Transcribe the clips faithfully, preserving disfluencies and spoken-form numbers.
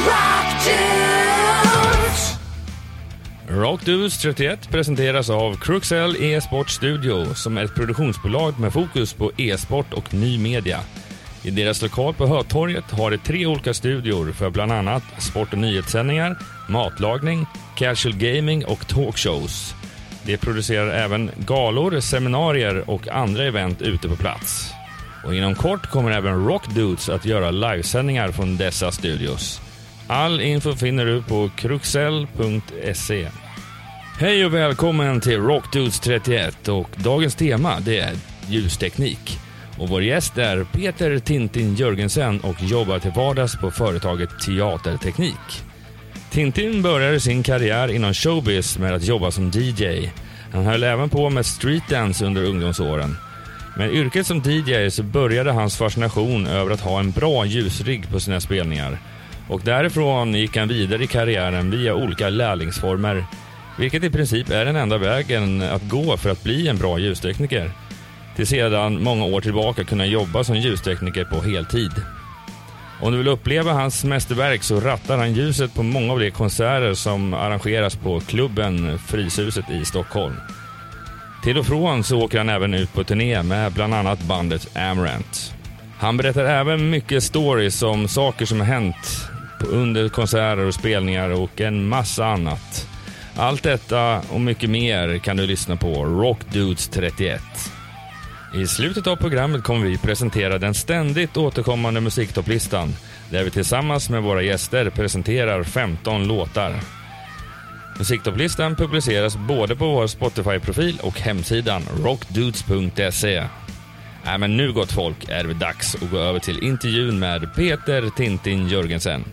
Rockdudes trettioett presenteras av Cruxell e-sport Studio som är ett produktionsbolag med fokus på e-sport och ny media. I deras lokal på Hötorget har de tre olika studior för bland annat sport- och nyhetssändningar, matlagning, casual gaming och talkshows. De producerar även galor, seminarier och andra event ute på plats. Och inom kort kommer även Rockdudes att göra livesändningar från dessa studios. All info finner du på cruxell punkt se. Hej och välkommen till Rockdudes trettioett och dagens tema det är ljusteknik. Och vår gäst är Peter Tintin Jörgensen och jobbar till vardags på företaget Teaterteknik. Tintin började sin karriär inom showbiz med att jobba som D J. Han höll även på med streetdance under ungdomsåren. Med yrket som D J så började hans fascination över att ha en bra ljusrigg på sina spelningar. Och därifrån gick han vidare i karriären via olika lärlingsformer, vilket i princip är den enda vägen att gå för att bli en bra ljustekniker. Till sedan många år tillbaka kunna jobba som ljustekniker på heltid. Om du vill uppleva hans mästerverk så rattar han ljuset på många av de konserter som arrangeras på klubben Fryshuset i Stockholm. Till och från så åker han även ut på turné med bland annat bandet Amarant. Han berättar även mycket stories om saker som har hänt under konserter och spelningar och en massa annat. Allt detta och mycket mer kan du lyssna på Rockdudes trettioett. I slutet av programmet kommer vi presentera den ständigt återkommande musiktopplistan där vi tillsammans med våra gäster presenterar femton låtar. Musiktopplistan publiceras både på vår Spotify-profil och hemsidan rockdudes punkt se. Nej, men nu gott folk är det dags att gå över till intervjun med Peter Tintin Jörgensen.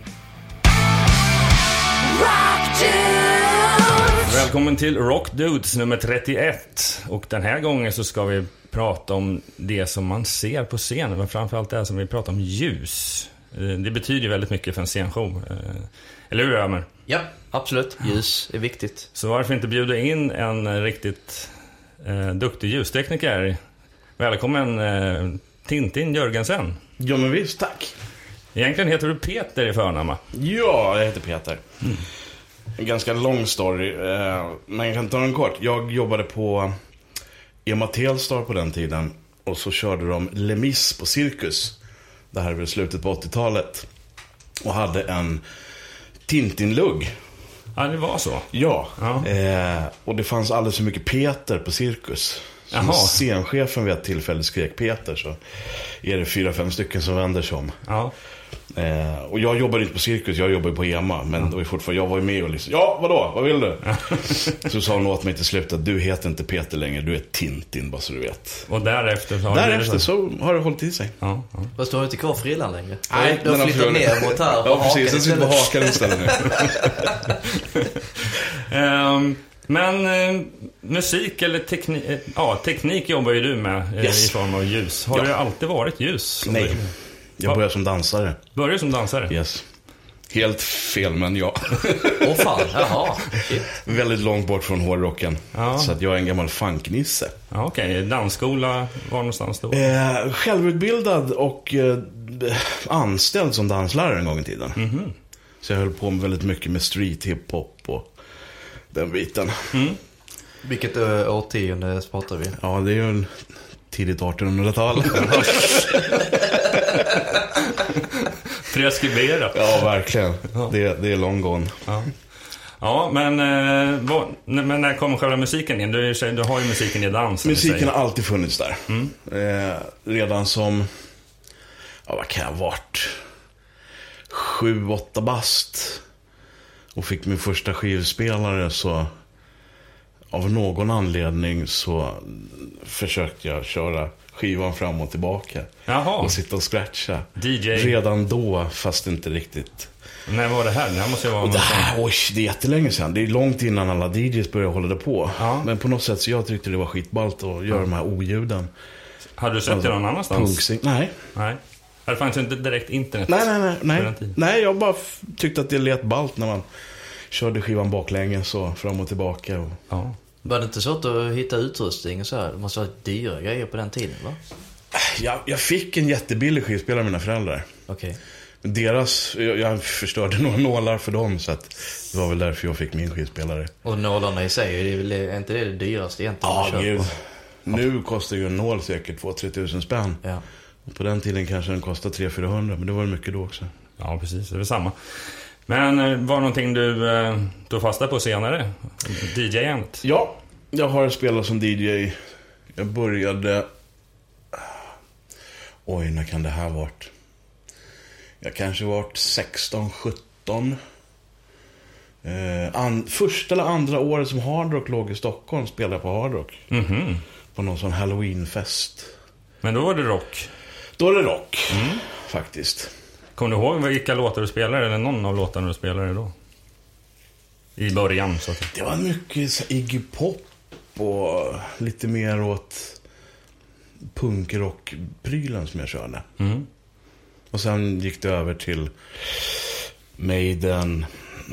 Välkommen till Rockdudes nummer trettioett. Och den här gången så ska vi prata om det som man ser på scenen, men framförallt det som vi pratar om ljus. Det betyder väldigt mycket för en scenshow. Eller hur, Ömer? Ja, absolut. Ljus är viktigt. Så varför inte bjuda in en riktigt eh, duktig ljustekniker? Välkommen eh, Tintin Jörgensen. Ja, men visst, tack. Egentligen heter du Peter i förnamn. Ja, jag heter Peter. Mm. En ganska lång story, eh, men jag kan ta den kort. Jag jobbade på Ema Telstar på den tiden. Och så körde de Les Mis på Cirkus. Det här är väl slutet på åttiotalet. Och hade en Tintin-lugg. Ja, det var så. Ja, ja. Eh, och det fanns alldeles för mycket Peter på Cirkus. Som scenchefen vid ett tillfälle skrek Peter, så är det fyra, fem stycken som vänder sig om. Ja. Eh, och jag jobbade inte på Cirkus, jag jobbade på Ema. Men ja. Då är fortfarande, jag var ju med och liksom, ja, vadå, vad vill du? Ja. Så sa hon åt mig till slut att du heter inte Peter längre, du är Tintin, bara så du vet. Och därefter så har, därefter det så har det hållit i sig. Ja, ja. Fast du har inte kvar frillan längre. Nej, du har flyttat ner mot här. Ja, precis, jag sitter på hakan istället nu. um, Men eh, musik eller teknik, eh, ja, teknik jobbar ju du med eh, yes. i form av ljus. Har ja. det alltid varit ljus? Nej, du... jag började som dansare. Började som dansare? Yes. Helt fel, men ja. Åh oh, fan, jaha. Shit. Väldigt långt bort från hårdrocken. Ja. Så att jag är en gammal funknisse. Ja, okej, okay. Dansskola, var någonstans då? Eh, självutbildad och eh, anställd som danslärare en gång i tiden. Mm-hmm. Så jag höll på med väldigt mycket med street, hiphop och den biten. Mm. Vilket ö, årtionde pratar vi? Ja, det är ju en tidigt artonhundratal. Preskriberat. Ja, verkligen. Ja. Det, det är long gone. Ja, ja men, eh, vad, men när kommer själva musiken in? Du, du har ju musiken i dans. Musiken har alltid funnits där. Mm. Eh, redan som, ja, vad kan jag ha varit? Sju, åtta bast. Och fick min första skivspelare, så av någon anledning så försökte jag köra skivan fram och tillbaka. Jaha. Och sitta och scratcha. D J. Redan då, fast inte riktigt. När var det här? Det här måste ju vara... Och det här, oj, det är jättelänge sedan. Det är långt innan alla D Js började hålla det på. Ja. Men på något sätt så jag tyckte det var skitballt att göra ja. de här oljuden. Hade du sett alltså, det någon annanstans? Punksing. Nej. Nej. Det fanns inte direkt internet. Nej, nej, nej. Nej, nej jag bara f- tyckte att det lät ballt när man körde skivan baklänges så fram och tillbaka. Och... Ja. Var det inte så att hitta utrustning och så här? Det måste ha dyra grejer på den tiden, va? Jag, jag fick en jättebillig skivspelare av mina föräldrar. Okej. Deras, jag, jag förstörde några nålar för dem, så att det var väl därför jag fick min skivspelare. Och nålarna i sig, det är, väl, är inte det det dyraste egentligen? Ja, gud. Nu kostar ju en nål säkert två till tre tusen spänn. Ja. Och på den tiden kanske den kostade tre till fyrahundra, men det var mycket då också. Ja, precis. Det är väl samma. Men var det någonting du eh, tog fasta på senare? D J-ant? Ja, jag har spelat som D J. Jag började... Oj, när kan det här varit? Jag kanske varit sexton sjutton. Eh, an... Första eller andra året som Hard Rock låg i Stockholm spelade jag på Hard Rock. Mm-hmm. På någon sån Halloweenfest. Men då var det rock? Då är det rock, mm. faktiskt. Kommer du ihåg vilka låtar du spelade, eller någon av låtarna du spelade då? I början, så att... Det var mycket så Iggy Pop och lite mer åt punkrock-prylen som jag körde. Mm. Och sen gick det över till Maiden,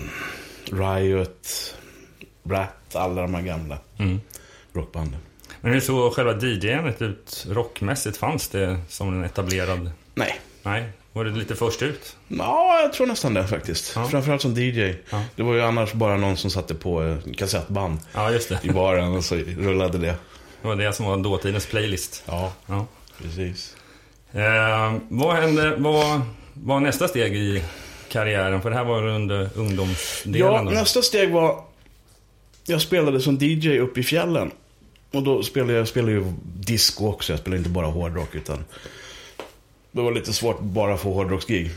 Riot, Rat, alla de här gamla mm. rockbanden. Men hur såg själva D J-andet ut rockmässigt? Fanns det som en etablerad? Nej. Nej, var det lite först ut? Ja, jag tror nästan det faktiskt. Ja. Framförallt som D J. Ja. Det var ju annars bara någon som satte på kassettband ja, just det. i baren och så rullade det. Det var det som var dåtidens playlist. Ja, ja. precis. Eh, vad hände, vad var nästa steg i karriären? För det här var under ungdomsdelen. Ja, då. nästa steg var... Jag spelade som D J upp i fjällen. Och då spelade jag spelade ju disco också. Jag spelade inte bara hårdrock, utan det var lite svårt bara få hårdrocksgig.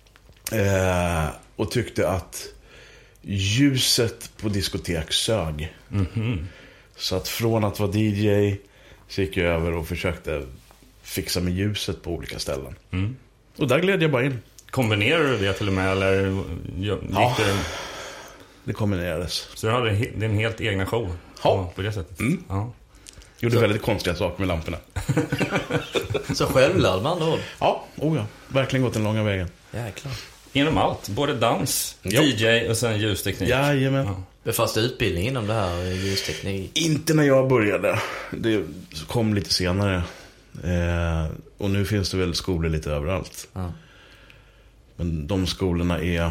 Eh, och tyckte att ljuset på diskotek sög. Mm-hmm. Så att från att vara D J så gick jag över och försökte fixa med ljuset på olika ställen. Mm. Och där gled jag bara in. Kombinerar du det till och med, eller gick ja, det... det kombinerades. Så du hade din helt egna show ja. på det sättet? Mm. Ja. Gjorde så... väldigt konstiga saker med lamporna. Så självlärd man då? Ja, oh ja. Verkligen gått den långa vägen. Jäklar. Inom allt, både dans, jo. D J och sen ljusteknik. Jajamän. Ja. Det fanns utbildning inom det här ljusteknik? Inte när jag började. Det kom lite senare. Eh, och nu finns det väl skolor lite överallt. Ja. Men de skolorna är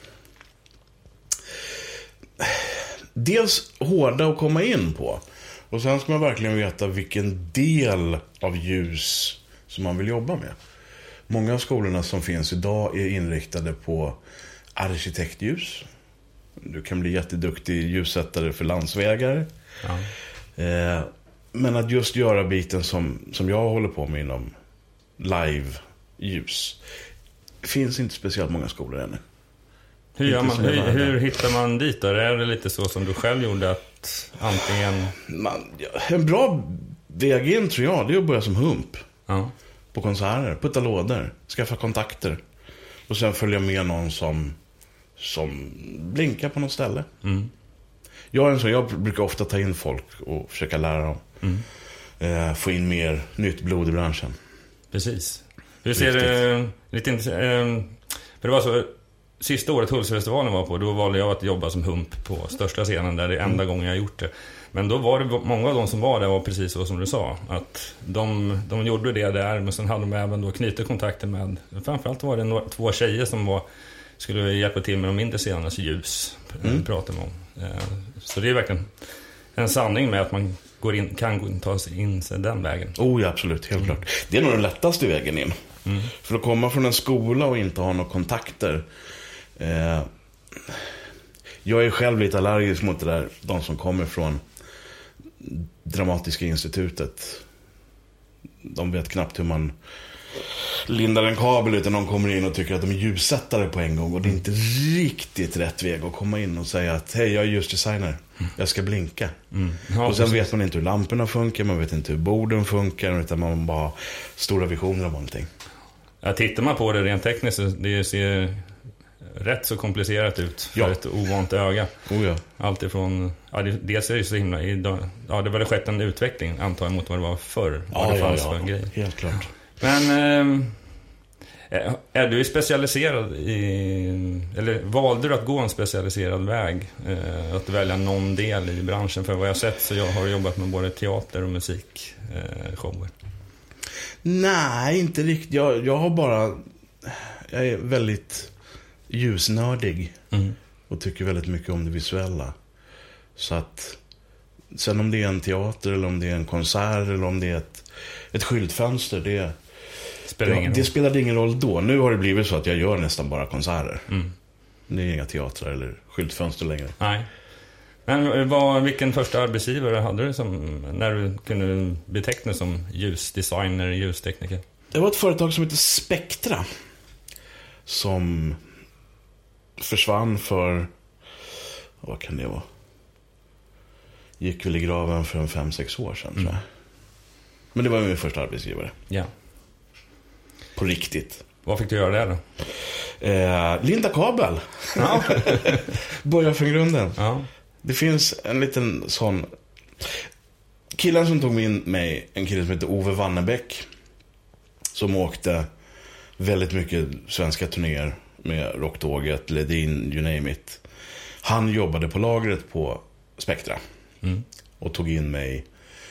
dels hårda att komma in på. Och sen ska man verkligen veta vilken del av ljus som man vill jobba med. Många av skolorna som finns idag är inriktade på arkitektljus. Du kan bli jätteduktig ljussättare för landsvägar. Ja. Eh, men att just göra biten som, som jag håller på med inom live-ljus finns inte speciellt många skolor ännu. Hur, gör man, hur, hur hittar man dit då? Är det lite så som du själv gjorde, att antingen... Man, en bra väg in tror jag, det är att börja som hump. Ja. På konserter, putta lådor, skaffa kontakter. Och sen följa med någon som, som blinkar på något ställe. Mm. Jag är en sån, jag brukar ofta ta in folk och försöka lära dem. Mm. Eh, få in mer nytt blod i branschen. Precis. Hur ser det lite intressant? Eh, för det var så, sista året Hultsfredsfestivalen var på, då valde jag att jobba som hump på största scenen, där det är enda mm. gången jag gjort det. Men då var det många av de som var där var precis så som du sa, att de, de gjorde det där, men sen hade de även då knutit kontakter med, framförallt var det några, två tjejer som var, skulle hjälpa till med de mindre scenernas ljus, mm. pratar man om. Eh, så det är verkligen en sanning med att man går in, kan ta sig in sig den vägen. Oh ja, absolut, helt mm. klart. Det är nog den lättaste vägen in. Mm. För att komma från en skola och inte ha några kontakter. Eh, jag är själv lite allergisk mot det där, de som kommer från Dramatiska institutet. De vet knappt hur man lindar en kabel, utan de kommer in och tycker att de är ljussättare på en gång. Och det är inte riktigt rätt väg att komma in och säga att hej, jag är ljusdesigner, jag ska blinka. Mm. Ja, och sen precis. Vet man inte hur lamporna funkar, man vet inte hur borden funkar, utan man bara har stora visioner om någonting. Ja, tittar man på det rent tekniskt så det ser rätt så komplicerat ut för ja. Ett ovant öga. Oh ja. Allt ifrån, ja, det, dels är det så himla, ja, det var det skett en utveckling antar jag mot vad det var förr. Ja, vad det ja, fanns ja. För en grej. Helt klart. Men äh, är du specialiserad i, eller valde du att gå en specialiserad väg, äh, att välja någon del i branschen? För vad jag sett så jag har jobbat med både teater och musik äh, shower. Nej, inte riktigt. Jag, jag har bara jag är väldigt ljusnördig. Mm. Och tycker väldigt mycket om det visuella. Så att sen om det är en teater eller om det är en konsert eller om det är ett, ett skyltfönster, det, Spelar ingen det, roll. det spelade ingen roll då. Nu har det blivit så att jag gör nästan bara konserter. Mm. Det är inga teatrar eller skyltfönster längre. Nej. Men vad, vilken första arbetsgivare hade du som, när du kunde beteckna som ljusdesigner, ljustekniker? Det var ett företag som heter Spectra. Som försvann för, vad kan det vara? Gick väl i graven för en fem, sex år sedan, tror jag. Men det var min första arbetsgivare. Ja. På riktigt. Vad fick du göra där då? Eh, Linda kabel. Ja. Börja från grunden. Ja. Det finns en liten sån... Killen som tog in mig, en kille som heter Ove Wannebäck, som åkte väldigt mycket svenska turnéer med Rocktåget, Ledin, you name it. Han jobbade på lagret på Spectra. Mm. Och tog in mig.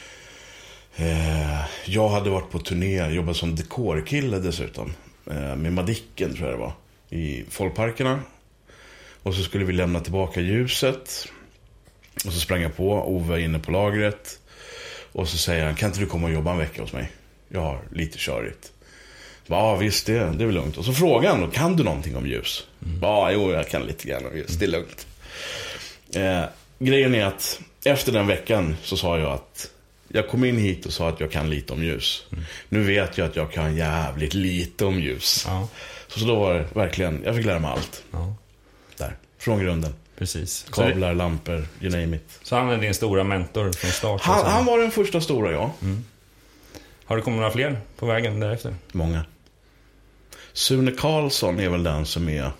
eh, Jag hade varit på turné, jobbat som dekorkille dessutom, eh, med Madicken tror jag det var, i folkparkerna. Och så skulle vi lämna tillbaka ljuset. Och så sprang jag på Ove inne på lagret. Och så säger han, kan inte du komma och jobba en vecka hos mig? Jag har lite körigt. Ja visst, det, det är väl lugnt. Och så frågar han, kan du någonting om ljus? Mm. Ja, jo, jag kan lite grann om ljus, det är lugnt. eh, Grejen är att efter den veckan så sa jag att jag kom in hit och sa att jag kan lite om ljus. Mm. Nu vet jag att jag kan jävligt lite om ljus. Ja. Så, så då var det verkligen, jag fick lära mig allt. Ja. Där, från grunden. Precis. Kablar, det, lampor, you name it. Så han är din stora mentor från start? Han, han var den första stora, ja. Mm. Har det kommit några fler på vägen därefter? Många. Sune Karlsson är väl den som är...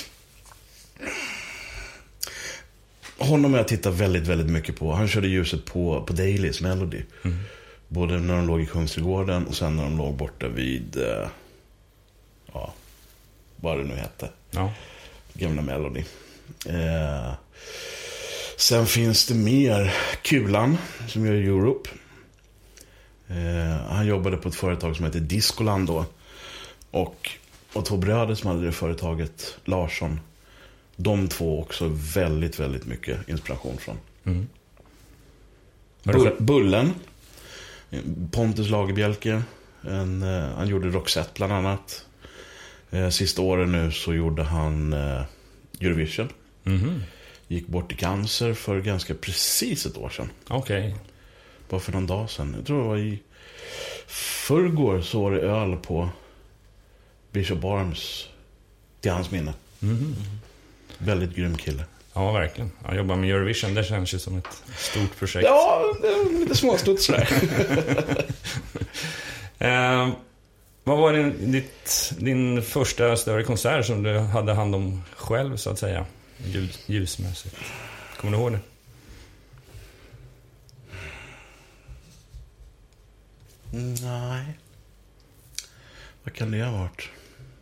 Honom har jag tittat väldigt, väldigt mycket på. Han körde ljuset på, på Dailys Melody. Mm. Både när de låg i Kungsträdgården och sen när de låg borta vid... Uh, ja, vad det nu hette. Ja. Gamla Melody. Uh, sen finns det mer. Kulan som gör Europe. Uh, han jobbade på ett företag som heter Discoland då. Och, och två bröder som hade det företaget, Larsson. De två också väldigt, väldigt mycket inspiration från. Mm. Bull, Bullen. Pontus Lagerbjälke. En, uh, han gjorde Roxette bland annat. Uh, sista åren nu så gjorde han uh, Eurovision. Mm. Gick bort i cancer för ganska precis ett år sedan. Okej. Okay. Bara för någon dag sedan. Jag tror det var i förrgår så var det öl på Bishop Arms till hans minne. Mm. Väldigt grym kille. Ja, verkligen. Jag jobbar med Eurovision, det känns ju som ett stort projekt. Ja, det är lite småstort sådär. eh, vad var din, ditt, din första större konsert som du hade hand om själv, så att säga? Ljus, ljusmässigt. Kommer du ihåg det? Nej. Vad kan det ha varit?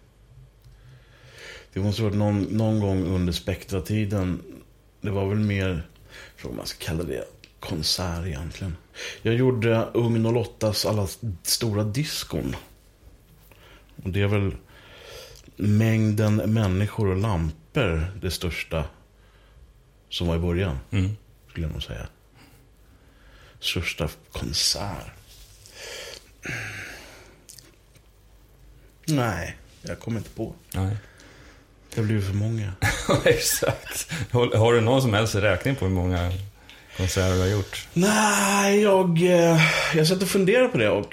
Det måste ha varit någon, någon gång under Spectra-tiden. Det var väl mer, jag tror man ska kalla det, konsert egentligen. Jag gjorde Ung noll åttas alla stora diskon. Och det är väl mängden människor och lampor det största som var i början. Mm. Skulle jag nog säga. Största konsert. Nej, jag kommer inte på. Nej. Det blir för många. Exakt. Har du någon som helst räkning på hur många konserter du har gjort? Nej, jag jag satt och funderar på det. Och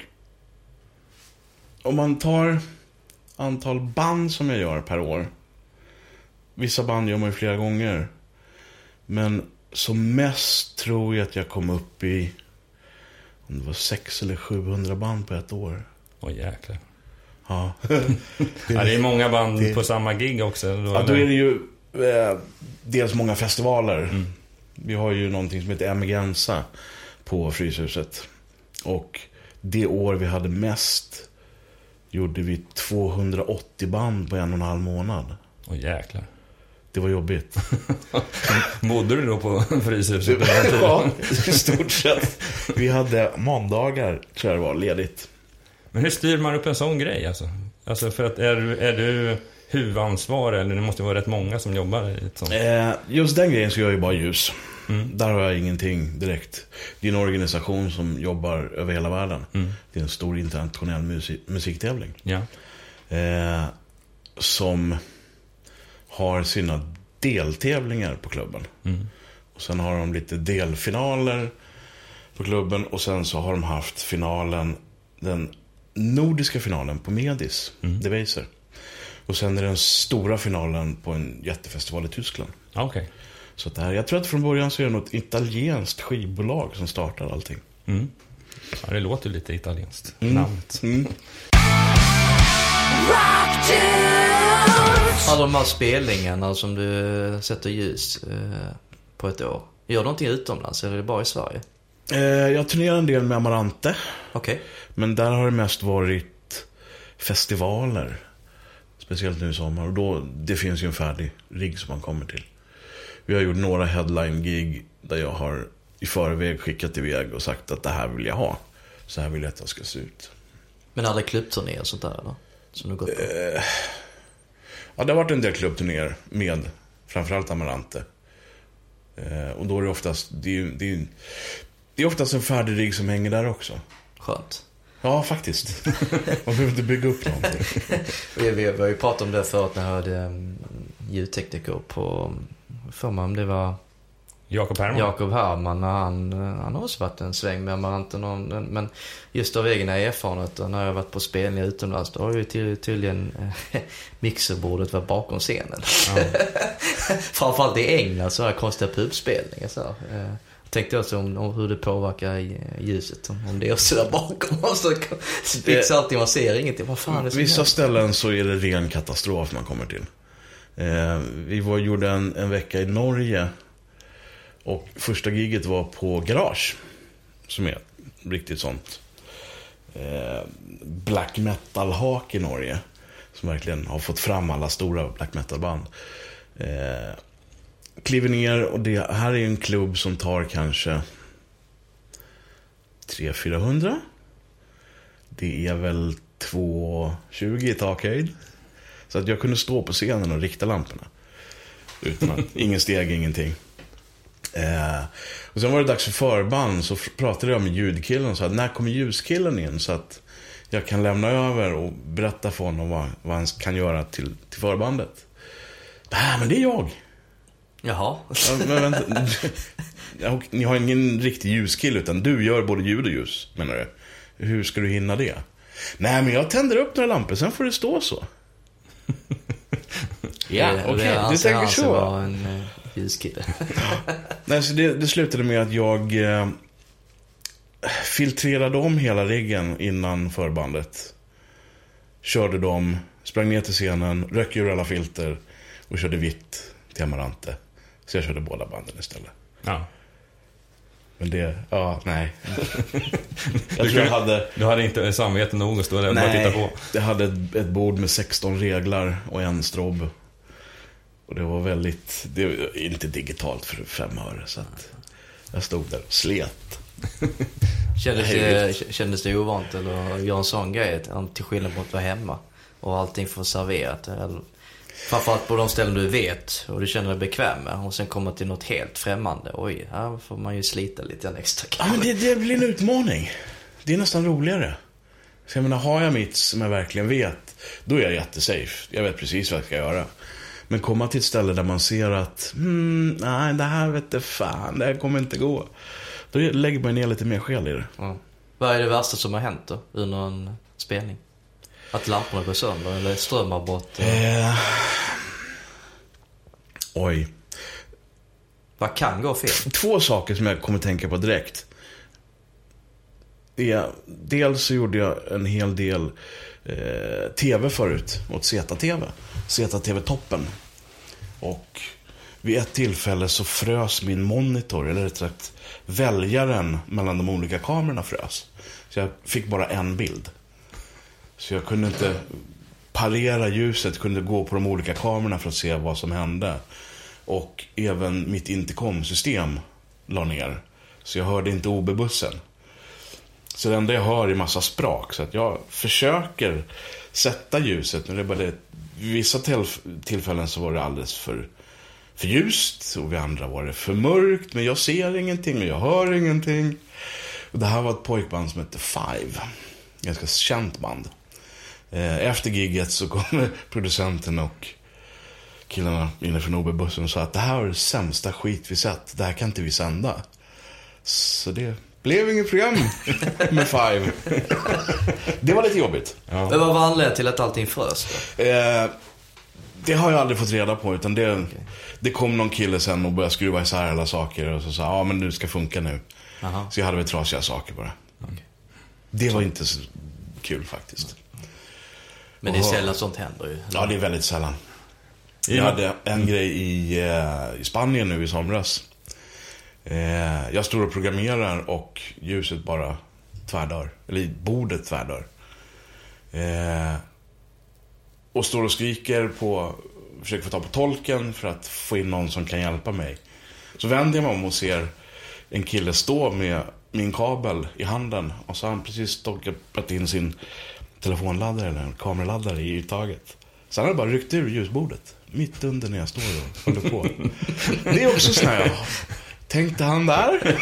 om man tar antal band som jag gör per år. Vissa band gör man ju flera gånger. Men som mest tror jag att jag kom upp i, om det var sex eller sjuhundra band på ett år. Åh jäklar. Ja. det, ja, det är många band det, på samma gig också. Då, ja, då är det ju eh, dels många festivaler. Mm. Vi har ju någonting som heter Emergenza på Fryshuset. Och det år vi hade mest gjorde vi tvåhundraåttio band på en och en halv månad. Åh jäklar. Det var jobbigt. Bodde du då på Fryshuset? Ja, i stort sett. Vi hade måndagar, tror jag det var, ledigt. Men hur styr man upp en sån grej alltså? Alltså för att är, är du huvudansvar, eller det måste vara rätt många som jobbar i ett sånt? Eh, just den grejen så gör jag ju bara ljus. Mm. Där har jag ingenting direkt. Det är en organisation som jobbar över hela världen. Mm. Det är en stor internationell musik- musiktävling. Ja. Eh, som har sina deltävlingar på klubben. Mm. Och sen har de lite delfinaler på klubben. Och sen så har de haft finalen, den nordiska finalen på Medis, Mm. Deviser. Och sen är den stora finalen på en jättefestival i Tyskland. Okej. Okay. Så att det här, jag tror att från början så är det något italienskt skivbolag som startar allting. Mm. Ja, det låter lite italienskt, Mm. namnet. Mm. Alla de här spelningarna som du sätter ljus eh, på ett år. Gör du någonting utomlands eller är det bara i Sverige? Eh, jag turnerar en del med Amarante. Okej. Okay. Men där har det mest varit festivaler. Speciellt nu i sommar. Och då, det finns ju en färdig rigg som man kommer till. Vi har gjort några headline-gig där jag har i förväg skickat iväg och sagt att det här vill jag ha. Så här vill jag att det ska se ut. Men alla klubbturnéer och sånt där eller? Som du gått på? Eh, ja, det har varit en del klubbturnéer med framförallt Amarante. Eh, och då är det oftast det är, det är, det är oftast en färdig rigg som hänger där också. Skönt. Ja, faktiskt. Man behöver inte bygga upp någonting. vi, vi, vi har ju pratat om det förut när jag hade um, ljudtekniker på, för mig om det var Jakob Herman. Jakob Herman, han, han har också varit en sväng med Amaranten. Men just av egna erfarenheter när jag varit på spelningar utomlands, då har ju ty, tydligen äh, mixerbordet varit bakom scenen. Ja. Framförallt i England så har jag konstiga pubspelningar. Så äh, tänkte också om, om hur det påverkar ljuset. Om, om det är också där bakom. Så spicks alltid, man ser ingenting. Vad fan är det? Vissa ställen så är det ren katastrof man kommer till. Eh, vi var, gjorde en, en vecka i Norge. Och första giget var på Garage. Som är riktigt sånt eh, black metal-hak i Norge. Som verkligen har fått fram alla stora black metal-band. Eh, kliver ner och det här är en klubb som tar kanske tre till fyrahundra. Det är väl två tjugo i takhöjd. Så att jag kunde stå på scenen och rikta lamporna. Utan att, ingen steg, ingenting. Eh, och sen var det dags för förband. Så pratade jag med ljudkillen och sa att när kommer ljuskillen in så att jag kan lämna över och berätta för honom vad, vad han kan göra till, till förbandet. Nej, men det är jag. Jaha. Ja, men vänta. Ni har ingen riktig ljuskill utan du gör både ljud och ljus, menar du? Hur ska du hinna det? Nej, men jag tänder upp några lampor, sen får det stå så. Ja, okej, okay, du tänker så. Det var en uh, ljuskille. Nej, så det, det slutade med att jag eh, filtrerade om hela riggen innan förbandet. Körde dem, sprang ner till scenen, rök ur alla filter och körde vitt till Amarante. Så jag körde båda banden istället. Ja. Men det, ja, nej. jag tror jag hade... Du hade inte samvete nog att stå där och bara titta på. Jag hade ett, ett bord med sexton reglar och en strobb. Och det var väldigt, det var inte digitalt för fem öre. Så att jag stod där och slet. Kändes det, kändes det ovant eller göra en sån grej till skillnad mot att vara hemma och allting får serverat eller... Framförallt på de ställen du vet och du känner dig bekväm med och sen komma till något helt främmande. Oj, här får man ju slita lite extra. Ja, men det, det blir en utmaning. Det är nästan roligare. Så jag menar, har jag mitt som jag verkligen vet, då är jag jättesafe. Jag vet precis vad jag ska göra. Men komma till ett ställe där man ser att hmm, nej, det här vet jag fan, det här kommer inte gå. Då lägger man ner lite mer skäl i det. Ja. Vad är det värsta som har hänt då under en spelning? Att lamporna går sönder eller strömavbrott? Eh... Oj. Vad kan gå fel? Två saker som jag kommer tänka på direkt. Det, dels så gjorde jag en hel del eh, tv förut åt Z T V. Z T V-toppen. Och vid ett tillfälle så frös min monitor, eller rätt sagt väljaren mellan de olika kamerorna frös. Så jag fick bara en bild. Så jag kunde inte parera ljuset, kunde gå på de olika kamerorna för att se vad som hände. Och även mitt intercom-system la ner. Så jag hörde inte O B-bussen. Så det enda jag hör är massa sprak. Så att jag försöker sätta ljuset. Men det är bara det, vissa till- tillfällen så var det alldeles för, för ljust, och vid andra var det för mörkt, men jag ser ingenting och jag hör ingenting. Och det här var ett pojkband som hette Five, ganska känt band. Efter gigget så kom producenten och killarna inne från O B-bussen och sa att det här var det sämsta skit vi sett, det här kan inte vi sända. Så det blev inget program med Five. Det var lite jobbigt. Ja. Men vad var anledningen till att allting frös då? Eh, det har jag aldrig fått reda på, utan det, okay. det kom någon kille sen och började skruva isär alla saker och så sa, ja men nu ska funka nu. Aha. Så jag hade väl trasiga saker bara. Okay. Det var inte så kul faktiskt. Men det är sällan sånt händer ju. Eller? Ja, det är väldigt sällan. Jag hade en grej i, eh, i Spanien nu i somras. Eh, jag står och programmerar och ljuset bara tvärdör. Eller bordet tvärdör. Eh, och står och skriker på, försöker få ta på tolken för att få in någon som kan hjälpa mig. Så vänder jag mig om och ser en kille stå med min kabel i handen. Och så har han precis stoppat in sin telefonladdare eller en kameraladdare i uttaget. Sen har det bara ryckt ur ljusbordet mitt under när jag står och håller på. Det är också snö. Tänkte han där?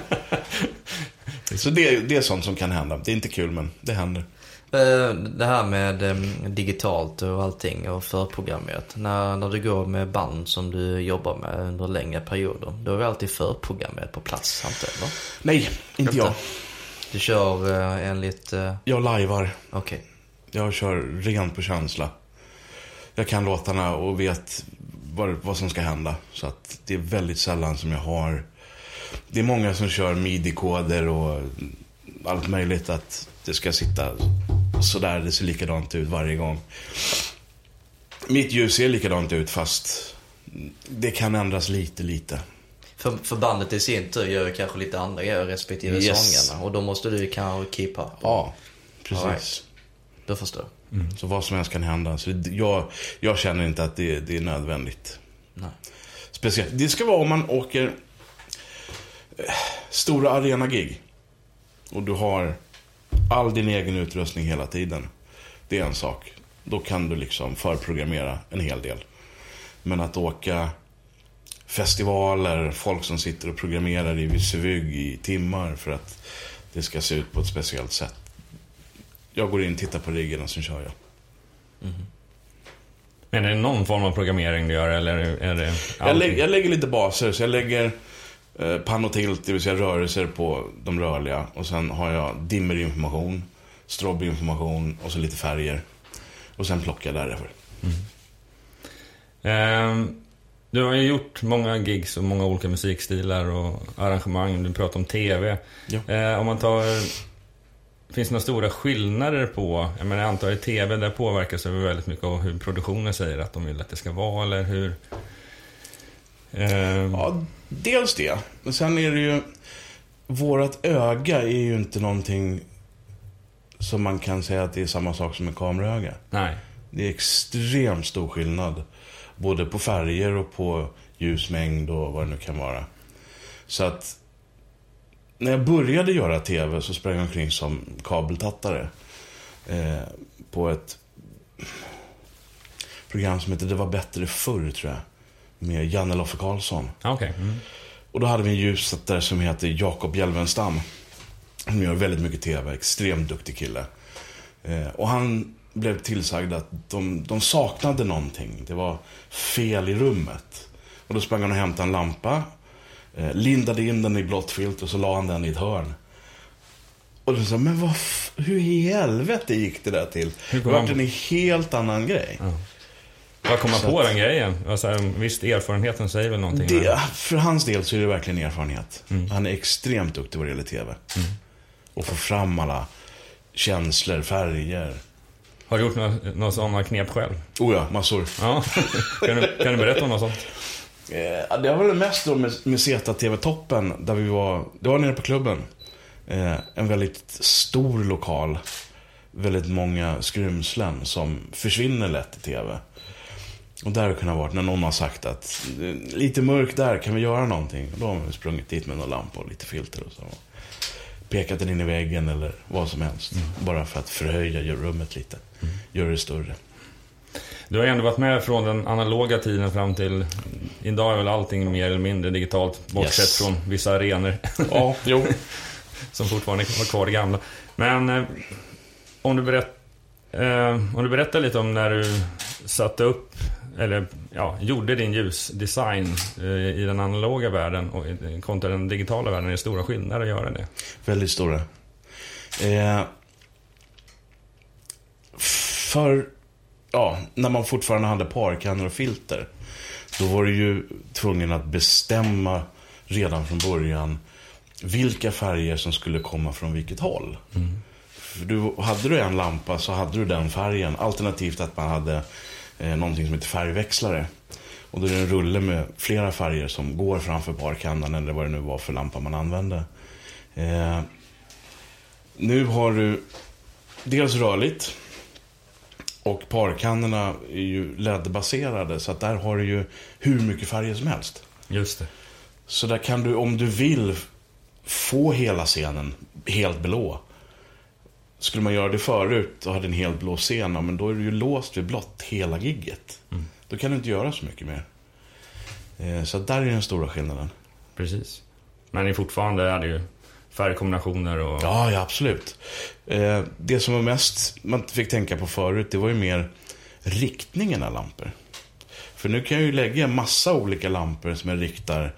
Så det, det är sånt som kan hända. Det är inte kul, men det händer. Det här med digitalt och allting och förprogrammerat. När, när du går med band som du jobbar med under längre perioder, då är vi alltid förprogrammerat på plats, inte eller? Nej, inte jag. Du kör uh, enligt... Uh... Jag lajvar. Okej. Okay. Jag kör rent på känsla. Jag kan låtarna och vet vad, vad som ska hända. Så att det är väldigt sällan som jag har... Det är många som kör midi-koder och allt möjligt, att det ska sitta så där, det ser likadant ut varje gång. Mitt ljus ser likadant ut, fast det kan ändras lite, lite. För, för bandet i sin tur gör kanske lite andra grejer respektive yes. sångarna. Och då måste du kanske keep up. Ja, precis. Right. Då förstår jag. Mm. Så vad som helst kan hända. Så jag, jag känner inte att det, det är nödvändigt. Nej. Speciellt. Det ska vara om man åker eh, stora arena-gig. Och du har all din egen utrustning hela tiden. Det är en sak. Då kan du liksom förprogrammera en hel del. Men att åka festivaler, folk som sitter och programmerar i Visevygg i timmar för att det ska se ut på ett speciellt sätt. Jag går in, tittar på riggen och sen kör jag. Mm. Men är det någon form av programmering du gör, eller är det jag, lä- jag lägger lite baser, så jag lägger eh, pan och tilt, det vill säga rörelser på de rörliga, och sen har jag dimmerinformation, strobbinformation och så lite färger, och sen plockar jag däröver. Mm. Um... Du har ju gjort många gigs och många olika musikstilar och arrangemang. Du pratar om tv. Ja. Eh, om man tar... Finns det några stora skillnader på... Jag menar, jag antar i tv, där påverkas det väldigt mycket av hur produktionen säger att de vill att det ska vara, eller hur... Eh... Ja, dels det. Men sen är det ju... Vårat öga är ju inte någonting som man kan säga att det är samma sak som en kameraöga. Nej. Det är extremt stor skillnad. Både på färger och på ljusmängd och vad det nu kan vara. Så att när jag började göra tv så sprang jag omkring som kabeltattare eh, på ett program som heter Det var bättre förr, tror jag, med Janne Loffe Karlsson. Okay. Mm. Och då hade vi en ljussättare som heter Jakob Hjelvenstam. Han gör väldigt mycket tv, extremt duktig kille. Eh, och han blev tillsagd att de, de saknade någonting. Det var fel i rummet. Och då sprang han och hämtade en lampa, eh, lindade in den i blått filt och så la han den i ett hörn. Och då sa, men vad f- hur i helvete gick det där till? Det var en helt annan grej. Ja. Vad kom man på den grejen? Alltså, visst, erfarenheten säger väl någonting? Det, för hans del så är det verkligen erfarenhet. Mm. Han är extremt duktig vad det gäller tv. Mm. Och få fram alla känslor, färger. Har du gjort några, några sådana knep själv? Oh ja, massor. Ja. kan, du, kan du berätta om något sånt? Eh, det var väl mest då med, med Zeta T V-toppen, där vi var, det var nere på klubben. Eh, en väldigt stor lokal. Väldigt många skrymslen som försvinner lätt i tv. Och där har det kunnat vara när någon har sagt att lite mörk där, kan vi göra någonting? Och då har vi sprungit dit med någon lampa och lite filter och så. Pekat den in i väggen eller vad som helst. Mm. Bara för att förhöja rummet lite. Mm. Gör det större. Du har ändå varit med från den analoga tiden fram till idag är väl allting mer eller mindre digitalt, bortsett yes. från vissa arenor. Ja, jo. Som fortfarande var kvar i gamla. Men eh, om, du berätt, eh, om du berättar lite om när du satte upp eller ja, gjorde din ljusdesign eh, i den analoga världen och kontra den digitala världen, är det stora skillnader att göra det? Väldigt stora. Eh, för ja, när man fortfarande hade parkannor och filter, då var du ju tvungen att bestämma redan från början vilka färger som skulle komma från vilket håll. Mm. För du, hade du en lampa så hade du den färgen, alternativt att man hade eh, någonting som heter färgväxlare. Och då är det en rulle med flera färger som går framför parkannan eller vad det nu var för lampa man använde. Eh, nu har du dels rörligt, och parkannorna är ju L E D-baserade, så att där har du ju hur mycket färger som helst. Just det. Så där kan du, om du vill få hela scenen helt blå. Skulle man göra det förut och hade en helt blå scen, men då är du ju låst vid blått hela gigget. Mm. Då kan du inte göra så mycket mer. Eh, så där är den stora skillnaden. Precis. Men fortfarande är det ju färgkombinationer och... Ja, ja, absolut. Eh, det som var mest man fick tänka på förut, det var ju mer riktningen av lampor. För nu kan jag ju lägga en massa olika lampor som jag riktar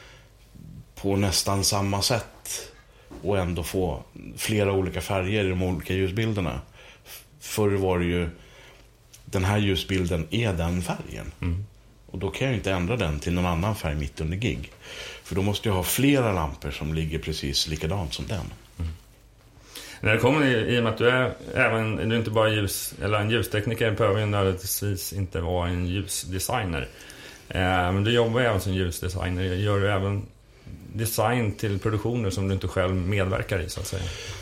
på nästan samma sätt och ändå få flera olika färger i de olika ljusbilderna. Förr var det ju, den här ljusbilden är den färgen. Mm. Och då kan jag inte ändra den till någon annan färg mitt under gig. För då måste jag ha flera lampor som ligger precis likadant som den. Mm. När det kommer i, i och med att du är även, du är inte bara ljus, eller en ljustekniker, behöver ju nödvändigtvis inte vara en ljusdesigner. Eh, men du jobbar även som ljusdesigner. Gör du även design till produktioner som du inte själv medverkar i, så att säga?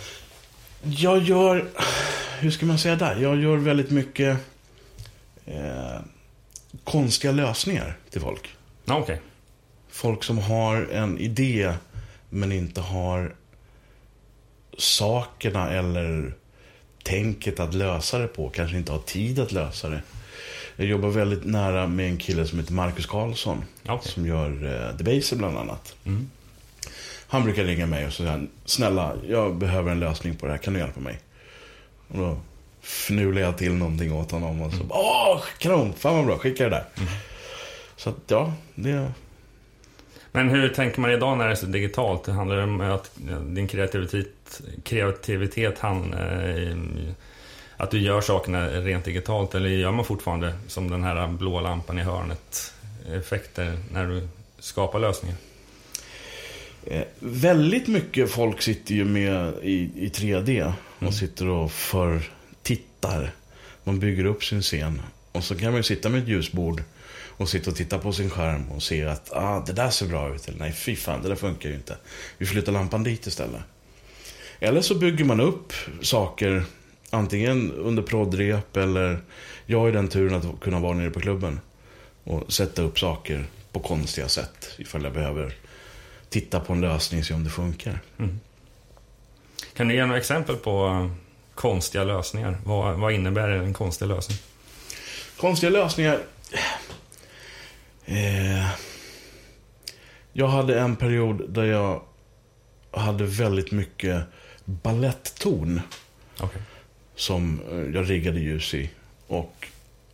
Jag gör, hur ska man säga där? Jag gör väldigt mycket eh, konstiga lösningar till folk. Okej. Okay. Folk som har en idé men inte har sakerna eller tänket att lösa det på. Kanske inte har tid att lösa det. Jag jobbar väldigt nära med en kille som heter Marcus Karlsson. Okay. Som gör uh, Debaser bland annat. Mm. Han brukar ringa mig och säga: snälla, jag behöver en lösning på det här, kan du hjälpa mig? Och då fnular jag till någonting åt honom och så mm. åh, kanon, fan vad bra, skicka det där. Mm. Så att, ja, det... Men hur tänker man idag när det är så digitalt? Det handlar om att din kreativitet, kreativitet han, eh, att du gör sakerna rent digitalt, eller gör man fortfarande som den här blå lampan i hörnet effekter när du skapar lösningar? Eh, väldigt mycket folk sitter ju med i, i tre D och mm. sitter och för tittar. Man bygger upp sin scen och så kan man ju sitta med ett ljusbord och sitta och titta på sin skärm och se att ah, det där ser bra ut. Eller nej, fy fan, det där funkar ju inte. Vi flyttar lampan dit istället. Eller så bygger man upp saker antingen under proddrep, eller jag är den turen att kunna vara nere på klubben och sätta upp saker på konstiga sätt ifall jag behöver titta på en lösning och se om det funkar. Mm. Kan du ge några exempel på konstiga lösningar? Vad, vad innebär en konstig lösning? Konstiga lösningar... Eh, jag hade en period där jag hade väldigt mycket ballettton okay. som jag riggade ljus i, och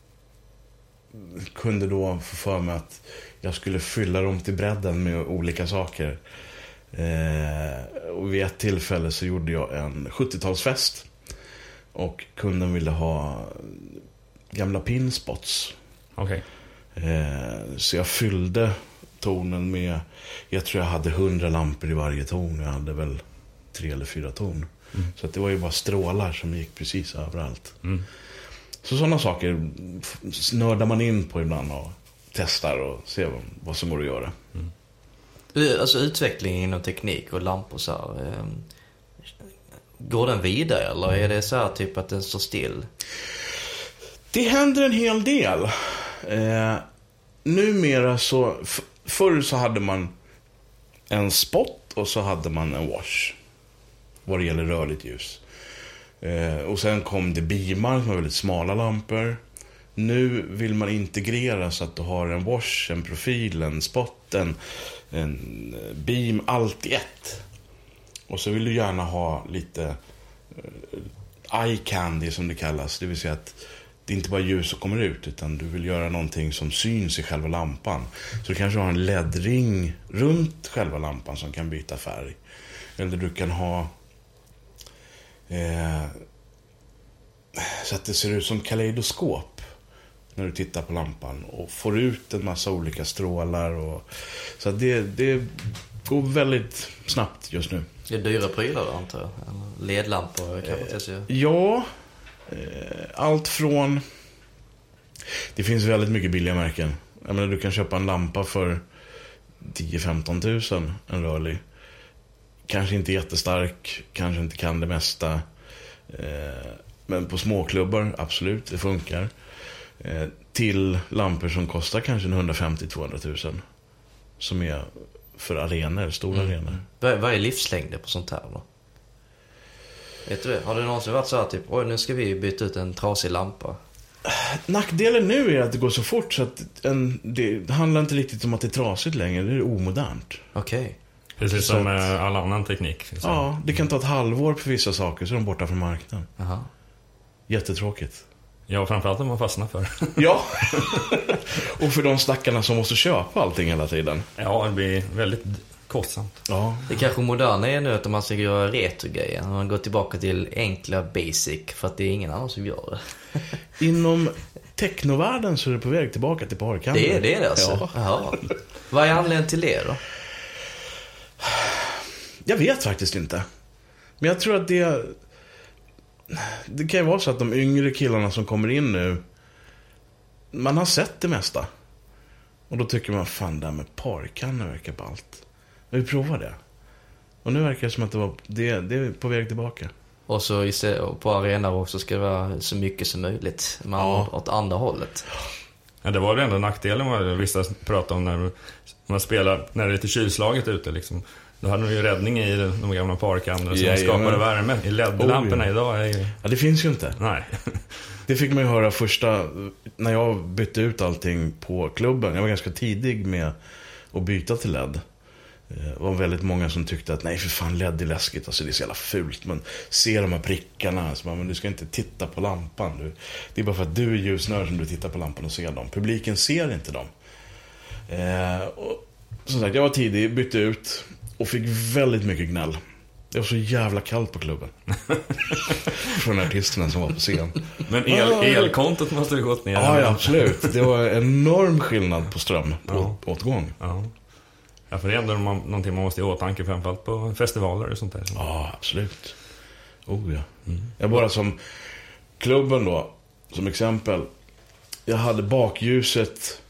kunde då få för mig att jag skulle fylla dem till bredden med olika saker. Eh, och vid ett tillfälle så gjorde jag en sjuttiotalsfest och kunden ville ha gamla pinspots. Okej. Okay. Eh, så jag fyllde tonen med, jag tror jag hade hundra lampor i varje ton. Jag hade väl tre eller fyra ton. Mm. Så att det var ju bara strålar som gick precis överallt. Mm. Så sådana saker snördar man in på ibland och testar och ser vad som går att göra. Mm. Alltså utvecklingen inom teknik och lampor så här, eh, går den vidare eller är det så här typ att den står still? Det händer en hel del. Eh, numera så f- förr så hade man en spot och så hade man en wash vad det gäller rörligt ljus. Eh, och sen kom det beamar som var väldigt smala lampor. Nu vill man integrera så att du har en wash, en profil, en spot, en, en beam, allt i ett. Och så vill du gärna ha lite eye candy som det kallas. Det vill säga att det inte bara ljus som kommer ut, utan du vill göra någonting som syns i själva lampan. Så du kanske har en L E D-ring runt själva lampan som kan byta färg. Eller du kan ha eh, så att det ser ut som kaleidoskop när du tittar på lampan och får ut en massa olika strålar. Och, så att det, det går väldigt snabbt just nu. Det är dyra prylar då, antar jag. L E D-lampor kanske inte så. Ja, allt från... Det finns väldigt mycket billiga märken. Jag menar, du kan köpa en lampa för tio till femton tusen, en rörlig. Kanske inte jättestark, kanske inte kan det mesta. Men på småklubbar, absolut, det funkar. Till lampor som kostar kanske hundrafemtio till tvåhundra tusen. Som är för arenor, stora mm. arenor. Vad, vad är livslängden på sånt här då? Vet du det? Har det någonsin varit så här typ, oj, nu ska vi byta ut en trasig lampa? Nackdelen nu är att det går så fort så att en, det handlar inte riktigt om att det är trasigt längre. Det är omodernt. Okej. Okay. Precis som med all annan teknik. Ja, det kan ta ett halvår för vissa saker så är de borta från marknaden. Aha. Jättetråkigt. Ja, framförallt om man fastnar för. Ja. Och för de stackarna som måste köpa allting hela tiden. Ja, det blir väldigt kostsamt. Ja. Det kanske moderna är nu att man ska göra retro-grejer. Man går tillbaka till enkla basic för att det är ingen annan som gör det. Inom technovärlden så är det på väg tillbaka till parkammaren. Det är det alltså? Ja. Vad är anledningen till det då? Jag vet faktiskt inte. Men jag tror att det... Det kan ju vara så att de yngre killarna som kommer in nu, man har sett det mesta. Och då tycker man, fan, det här med parkanner verkar på allt. Vi provar det. Och nu verkar det som att det, var, det, det är på väg tillbaka. Och så istället, på arenor också ska det vara så mycket som möjligt. Man ja. åt andra hållet. Ja, det var det ändå nackdelen vad vissa pratade om när man spelar, när det är lite kylslaget ute liksom. Då hade de ju räddning i de gamla parkanderna som ja, skapade ja, värme. I L E D-lamporna oh, ja. idag är ju... Ja, det finns ju inte. Nej. Det fick man ju höra första... När jag bytte ut allting på klubben. Jag var ganska tidig med att byta till L E D. Det var väldigt många som tyckte att nej för fan, L E D är läskigt. Alltså det är så jävla fult. Men se de här prickarna. Så man, men du ska inte titta på lampan. Du, det är bara för att du är ljusnörd som du tittar på lampan och ser dem. Publiken ser inte dem. Eh, och, som sagt, jag var tidig, bytte ut... Och fick väldigt mycket gnäll. Det var så jävla kallt på klubben. Från artisterna som var på scen. Men el, elkontot måste ju gått ner. Ja, ja, absolut. Det var enorm skillnad på ström på ja. åtgång. Ja. Ja, för det är ändå någonting man måste i åtanke, framförallt på festivaler och sånt där. Ja, absolut. Oh ja. Mm. Jag bara som klubben då, som exempel. Jag hade bakljuset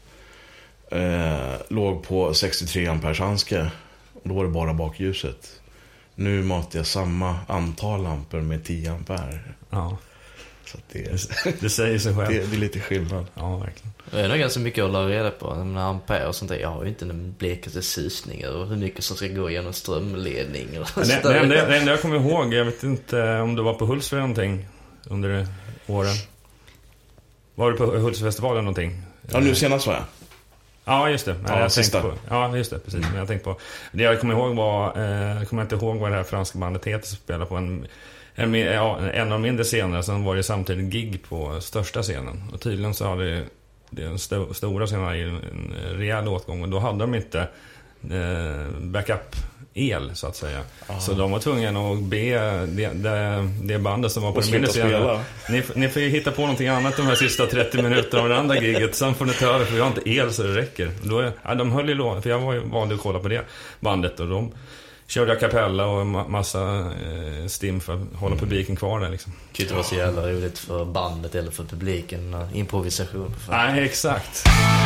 eh, låg på sextiotre ampere handske. Och då var det bara bakljuset. Nu matar jag samma antal lampor med tio ampere. Ja. Så att det, är, det säger sig själv. Det, det är lite skillnad. Ja, verkligen. Det är nog ganska mycket att lära reda på. Ampere och sånt där. Jag har ju inte en blekaste susning och hur mycket som ska gå genom strömledning. Och det, det, enda, det enda jag kommer ihåg, jag vet inte om det var på Hultsfred någonting under åren. Var det på Hultsfredfestivalen någonting? Ja, nu senast var jag. Ja, just det. Ja, jag sista. På, ja, just det, precis. Men jag tänkte på det jag kommer ihåg var eh, jag kommer inte ihåg vad det här franska bandet heter som spelade på en en, ja, en av de mindre scenerna, som var det samtidigt gig på största scenen. Och tydligen så hade det, den st- stora scenen i en rejäl åtgång, och då hade de inte eh, backup el så att säga. Ah. Så de var tvungna att be det, det, det bandet som var på den mindre scenen, ni, ni får ju hitta på någonting annat de här sista trettio minuterna av det andra giget, sen får ni ta över för vi har inte el så det räcker. Då, ja, de höll ju lån, för jag var ju vanlig att kolla på det bandet, och de körde kapella och massa eh, stim för att hålla publiken kvar där liksom. Det kan inte vara så jävla roligt för bandet eller för publiken, improvisation. Nej, exakt.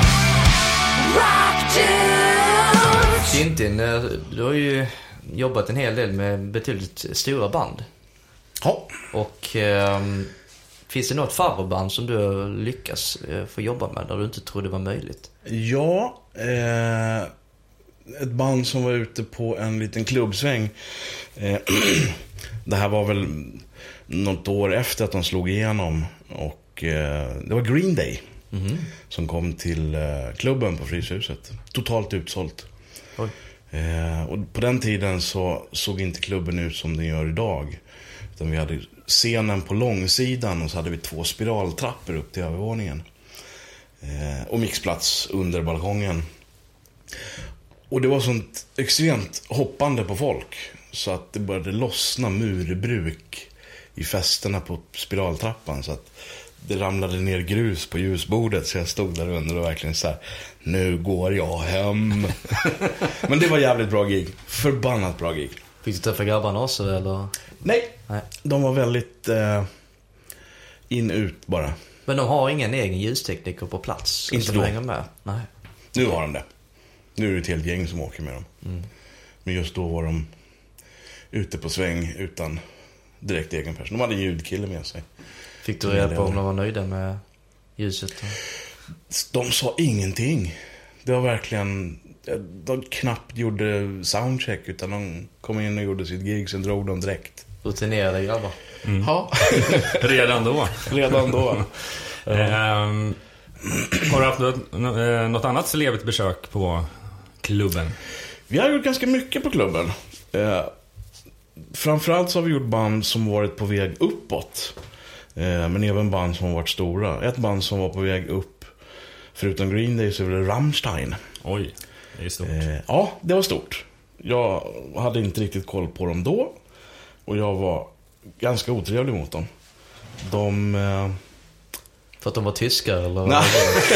Tintin, du har ju jobbat en hel del med betydligt stora band. Ja. Och eh, finns det något favoritband som du lyckas eh, få jobba med där du inte trodde var möjligt? Ja, eh, ett band som var ute på en liten klubbsväng. Eh, det här var väl något år efter att de slog igenom. Och eh, det var Green Day. Mm. Som kom till eh, klubben på Fryshuset. Totalt utsålt. Oj. Eh, och på den tiden så såg inte klubben ut som den gör idag. Utan vi hade scenen på långsidan och så hade vi två spiraltrappor upp till övervåningen. Eh, och mixplats under balkongen. Och det var sånt extremt hoppande på folk. Så att det började lossna murbruk i festerna på spiraltrappan. Så att det ramlade ner grus på ljusbordet. Så jag stod där under och verkligen så här: nu går jag hem. Men det var jävligt bra gig. Förbannat bra gig. Fick du träffa grabbarna också eller? Nej, Nej. De var väldigt eh, in-ut bara. Men de har ingen egen ljustekniker på plats? Inte som då. hänger med? Nej. Nu har de det. Nu är det ett helt gäng som åker med dem. Mm. Men just då var de ute på sväng utan direkt egen person. De hade en ljudkille med sig. Fick du reda på om de var nöjda med ljuset? De sa ingenting. Det var verkligen... De knappt gjorde soundcheck, utan de kom in och gjorde sitt gig, sen drog de direkt. Rutinerade grabbar. Mm. Ja. Redan då. Redan då. ehm, har du haft något, något annat celebert besök på klubben? Vi har gjort ganska mycket på klubben. Eh, framförallt så har vi gjort band som varit på väg uppåt. Eh, men även band som har varit stora. Ett band som var på väg upp, förutom Green Day, så var det Rammstein. Oj, det är stort. Eh, ja, det var stort. Jag hade inte riktigt koll på dem då. Och jag var ganska otrevlig mot dem. De... Eh... För att de var tyskar eller? Nej.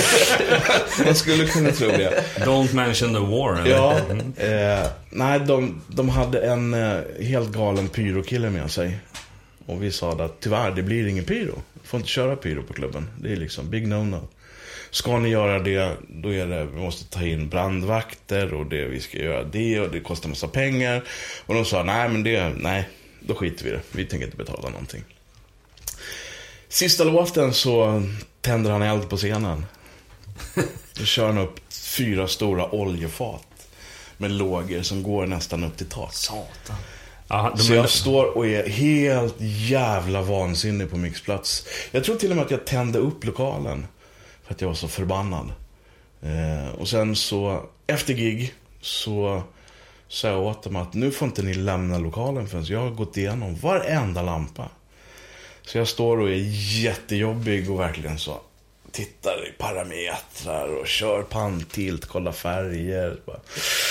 Jag skulle kunna tro det. Don't mention the war. Eller? Ja, eh, nej, de, de hade en eh, helt galen pyrokille med sig. Och vi sa att tyvärr, det blir ingen pyro. Får inte köra pyro på klubben. Det är liksom big no-no. Ska ni göra det, då är det, vi måste ta in brandvakter och det, vi ska göra det och det kostar massa pengar. Och de sa, nej men det, nej, då skiter vi det. Vi tänker inte betala någonting. Sista låten så tänder han eld på scenen. Då kör han upp fyra stora oljefat med lågor som går nästan upp till tak. Satan. Aha, Så jag står och är helt jävla vansinnig på mixplats. Jag tror till och med att jag tände upp lokalen för att jag var så förbannad. Eh, och sen så, efter gig, så sa jag åt dem att nu får inte ni lämna lokalen förrän jag har gått igenom varenda lampa. Så jag står och är jättejobbig och verkligen så tittar i parametrar och kör pantilt, kollar färger. Bara,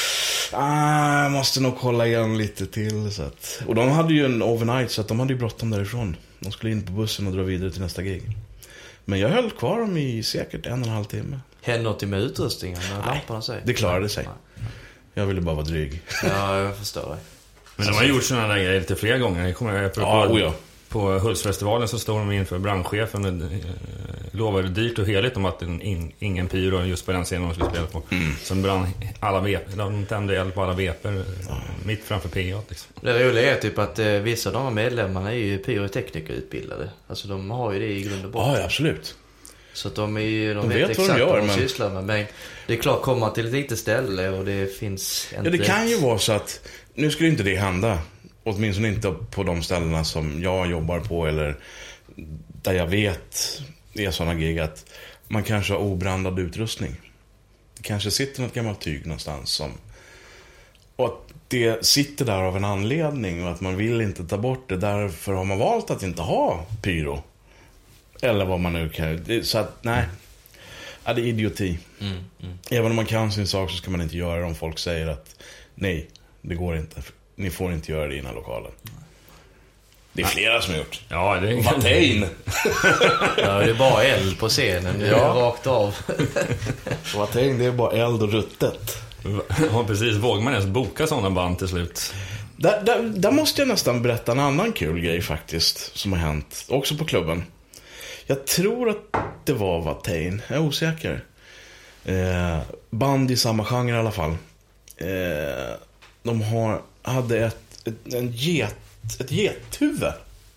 ah, jag måste nog kolla igen lite till. Så att, och de hade ju en overnight, så att de hade ju bråttom därifrån. De skulle in på bussen och dra vidare till nästa gig. Men jag höll kvar dem i säkert en och en halv timme. Hände något med utrustningen? Nej, det klarade sig. Jag ville bara vara dryg. Ja, jag förstår det. Men de har gjort sådana där grejer lite fler gånger. Jag kommer ihåg på, Ja, på, oja. på Hultsfestivalen så står de inför brandchefen och eh, lovade dyrt och heligt om att en, in, ingen pyro just på den scenen de skulle spela på. Mm. Så de brann alla vep, de tände eld på alla veper ja. mitt framför P A liksom. Det roliga är typ att eh, vissa av de här medlemmarna är ju pyroteknikerutbildade. Alltså de har ju det i grund och botten. Ja, absolut. Så att de, är ju, de, de vet, vet exakt vad de gör, vad de men... sysslar med. Men det är klart, komma till ett litet ställe och det finns... Ja, det kan ju vara så att nu skulle inte det hända. Åtminstone inte på de ställena som jag jobbar på eller där jag vet är sådana gig att man kanske har obrandad utrustning. Det kanske sitter något gammalt tyg någonstans som... Och att det sitter där av en anledning och att man vill inte ta bort det. Därför har man valt att inte ha pyro. Eller vad man nu kan. Så att, nej. Ja, det är idioti. Mm, mm. Även om man kan sin sak så ska man inte göra det om folk säger att nej, det går inte. Ni får inte göra det i den här lokalen. Det är flera som har gjort. Ja, det är Watain. Ja, det är bara eld på scenen. Ja. Rakt av. Watain, det är bara eld och ruttet. Ja, precis. Vågar man ens boka sådana band till slut? Där, där, där måste jag nästan berätta en annan kul grej faktiskt som har hänt. Också på klubben. Jag tror att det var Watain. Jag är osäker. Eh, band i samma genre i alla fall. Eh, de har, hade ett, ett, en get, ett gethuvud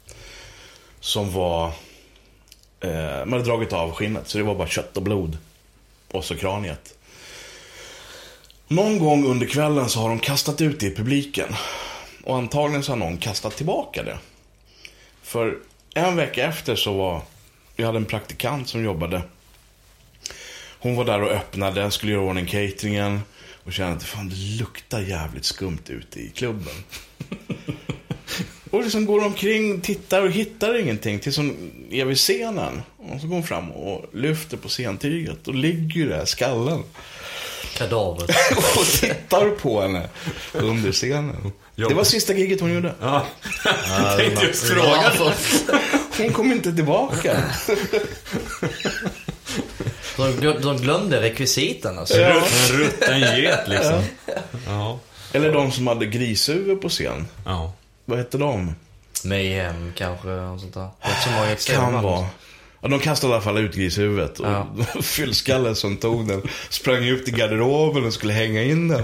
som var eh, man hade dragit av skinnet, så det var bara kött och blod och så kraniet. Någon gång under kvällen så har de kastat ut det i publiken och antagligen så har någon kastat tillbaka det. För en vecka efter så var, vi hade en praktikant som jobbade Hon var där och öppnade, skulle göra ordning cateringen. Och kände att fan, det luktar jävligt skumt ute i klubben. Och liksom går omkring, tittar och hittar ingenting tills hon är vid scenen. Och så går hon fram och lyfter på scentyget. Och ligger där skallen. Kadavret. Och tittar på henne under scenen. Det var sista giget hon gjorde. Ja, jag tänkte just fråga. Hon kom inte tillbaka. De, de glömde rekvisiten alltså. Ja. En rutten get liksom. Ja. Ja. Eller de som hade grishuvud på scen. Ja. Vad heter de? Mayhem kanske och sånt där. Det är så många Kan vara. Ja, de kastade i alla fall ut grishuvudet. Och ja. Fyllskallen som tog den sprang ut i garderoben och skulle hänga in den.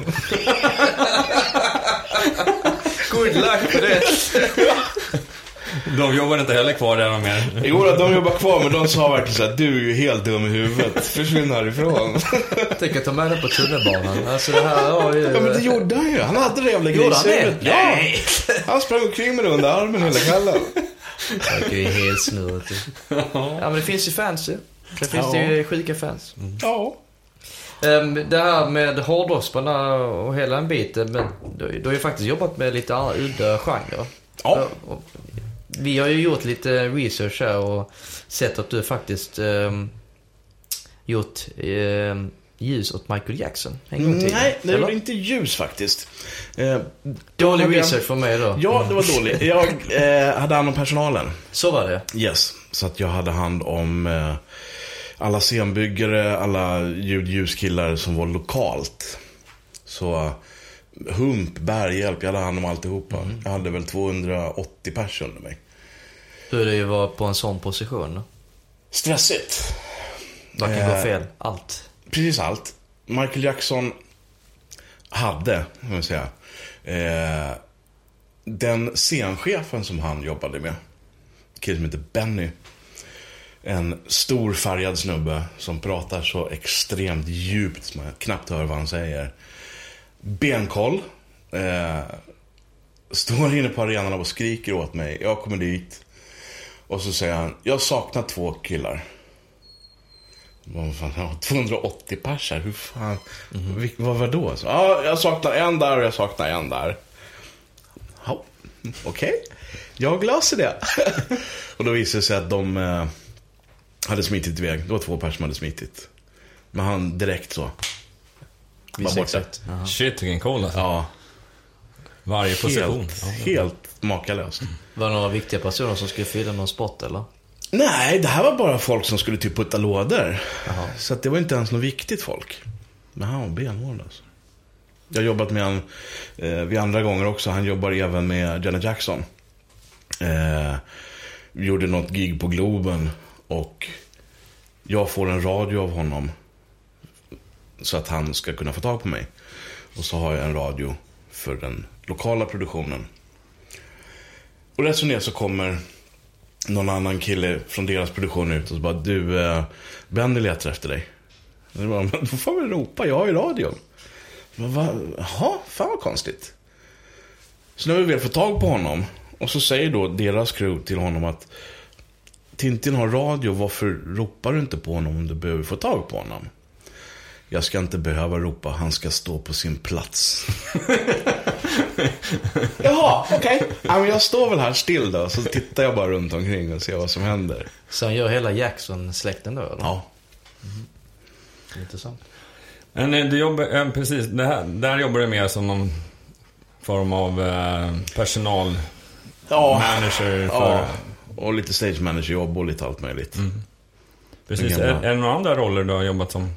Good luck för det. De jobbar inte heller kvar där mer. Jo, de jobbar kvar, men de sa verkligen så att du är ju helt dum i huvudet. Försvinn härifrån. Tänk att ta med det på tunnelbanan. Alltså det här var ju... Ja, men det gjorde han ju. Han hade det jävla grishuvudet. Ja. Han sprang omkring med det under armen hela kvällen. Det är ju helt snurrigt. Ja, men det finns ju fans ju. Det finns ja. ju sjuka fans. Mm. Ja. Det här med hårdrocksarna och hela en bit, men du, du har ju faktiskt jobbat med lite andra udda genrer. Ja. Och vi har ju gjort lite research här och sett att du faktiskt um, gjort um, ljus åt Michael Jackson en gång till. Nej, det var inte ljus faktiskt. Eh, dålig jag... research för mig då. Ja, det var dåligt. Jag eh, hade hand om personalen. Så var det? Yes, så att jag hade hand om eh, alla scenbyggare, alla ljud-ljuskillar som var lokalt. Så Hump, Berghjälp, jag hade hand om alltihopa. Mm. Jag hade väl tvåhundraåttio personer under mig. Hur det var på en sån position då? Stressigt. Vad kan eh, gå fel? Allt. Precis allt. Michael Jackson hade, kan man säga, eh, den scenchefen som han jobbade med, en kille som heter Benny. En stor färgad snubbe som pratar så extremt djupt som man knappt hör vad han säger. Benkoll. Eh, står inne på arenan och skriker åt mig. Jag kommer dit. Och så säger han, jag saknar två killar. Vad fan, ja, tvåhundraåttio personer. Hur fan, mm-hmm. vad var då? Så, ja, jag saknar en där och jag saknar en där. Ja, okej. Okay. Jag löser det. Och då visade det sig att de eh, hade smitit iväg. Det var två personer som hade smitit. Men han direkt så. Visst exakt. Shit, vilken cool alltså. Ja. Varje position. Helt, helt makalöst. Var det några viktiga personer som skulle fylla någon spot eller? Nej, det här var bara folk som skulle typ putta lådor. Aha. Så att det var inte ens något viktigt folk. Men han var benhård alltså. Jag har jobbat med han eh, vid andra gånger också. Han jobbar även med Janet Jackson. Eh, gjorde något gig på Globen. Och jag får en radio av honom. Så att han ska kunna få tag på mig. Och så har jag en radio för den lokala produktionen. Och rätt som det så kommer någon annan kille från deras produktion ut och så bara, du, eh, Benny letar efter dig. Och så bara, men då får vi ropa, jag har ju radion. Jaha, fan vad konstigt. Så när vi väl får tag på honom, och så säger då deras crew till honom att Tintin har radio, varför ropar du inte på honom om du behöver få tag på honom? Jag ska inte behöva ropa, han ska stå på sin plats. Jaha, okej. Okay. Ja, jag står väl här still då, så tittar jag bara runt omkring och ser vad som händer. Så han gör hela Jackson-släkten då, eller? Ja. Mm. Intressant. Men du jobbar, äh, precis, det här, där jobbar du mer som någon form av äh, personal ja. manager för... Ja, och lite stage manager jobb och lite allt möjligt. Mm. Precis, är, är det några andra roller du har jobbat som?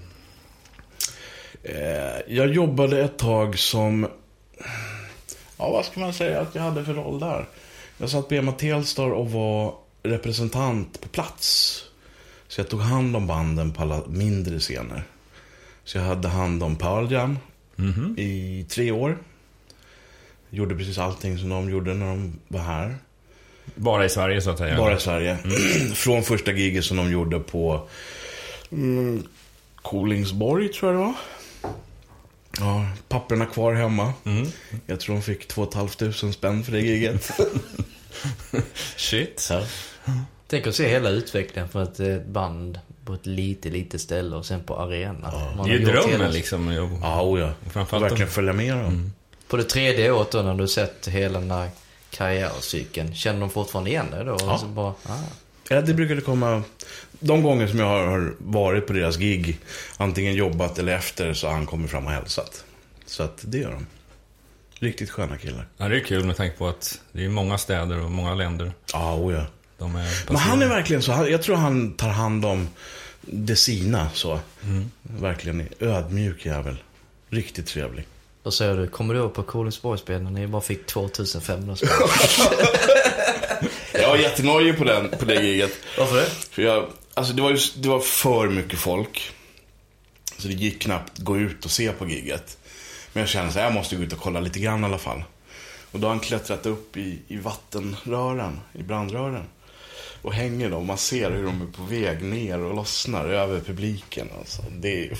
Jag jobbade ett tag som, ja vad ska man säga att jag hade för roll där. Jag satt på Emma Telstar och var representant på plats. Så jag tog hand om banden på alla mindre scener. Så jag hade hand om Pearl Jam mm-hmm. i tre år. Gjorde precis allting som de gjorde när de var här. Bara i Sverige så att säga? Bara i Sverige. Mm. Från första giget som de gjorde på mm, Kolingsborg tror jag det var. Ja, papperna kvar hemma. Mm. Jag tror de fick två och ett halvt tusen spänn för det giget. Shit. Ja. Tänk att se hela utvecklingen för ett band på ett lite, lite ställe och sen på arena. Ja. Man Det är ju har gjort drömmen hela- liksom. Jo. Ja, oh ja. Framförallt Verkligen de- följa med dem. Mm. På det tredje året då, när du sett hela den här karriärcykeln, känner de fortfarande igen det då? Ja. Och så bara, ah. Ja, det brukade komma... De gånger som jag har- har varit på deras gig, antingen jobbat eller efter, så har han kommit fram och hälsat. Så att det gör de. Riktigt sköna killar. Ja, det är kul med tanke på att det är många städer och många länder. Ja, oh ja. De är Men han är verkligen så. han- Jag tror han tar hand om det sina så. Mm. Verkligen ödmjuk jävel. Riktigt trevlig. Då säger du, kommer du ihåg på Kolingsborgsspelen när ni bara fick tvåtusen femhundra spel? Jag var jättenojig på, den, på det giget. Varför det? För jag, alltså det var, ju, det var för mycket folk. Så det gick knappt gå ut och se på giget. Men jag kände så här, jag måste gå ut och kolla lite grann i alla fall. Och då har han klättrat upp i, i vattenrören, i brandrören. Och hänger då, man ser hur de är på väg ner och lossnar över publiken. Alltså, det,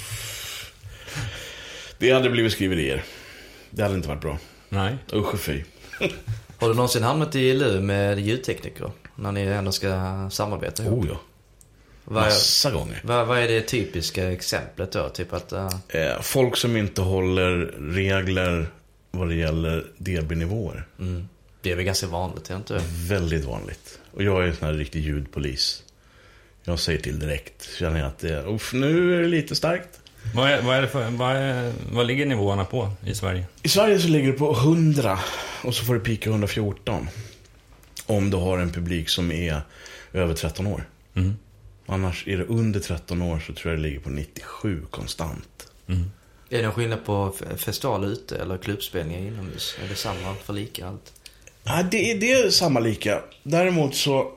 det hade blivit skriverier. Det hade inte varit bra. Nej. Usch och fy. Har du någonsin hamnat i luv med ljudtekniker? När ni ändå ska samarbeta ihop? Oh ja. Vad är, Massa gånger. vad, vad är det typiska exemplet då? Typ att... Uh, Eh, folk som inte håller regler vad det gäller D B-nivåer. mm, det är väl ganska vanligt, är det inte? Väldigt vanligt. Och jag är en sån här riktig ljudpolis. Jag säger till direkt. Känner jag att det är, uff, nu är det lite starkt. Vad, är, vad, är det för, vad, är, vad ligger nivåerna på i Sverige? I Sverige så ligger det på hundra. Och så får det pika hundrafjorton. Om du har en publik som är över tretton år. Mm. Annars är det under tretton år så tror jag det ligger på nittiosju konstant. Mm. Är det en skillnad på f- festival ute eller klubbspelningar inomhus? Är det samma för lika allt? Ja, det är, det är samma lika. Däremot så...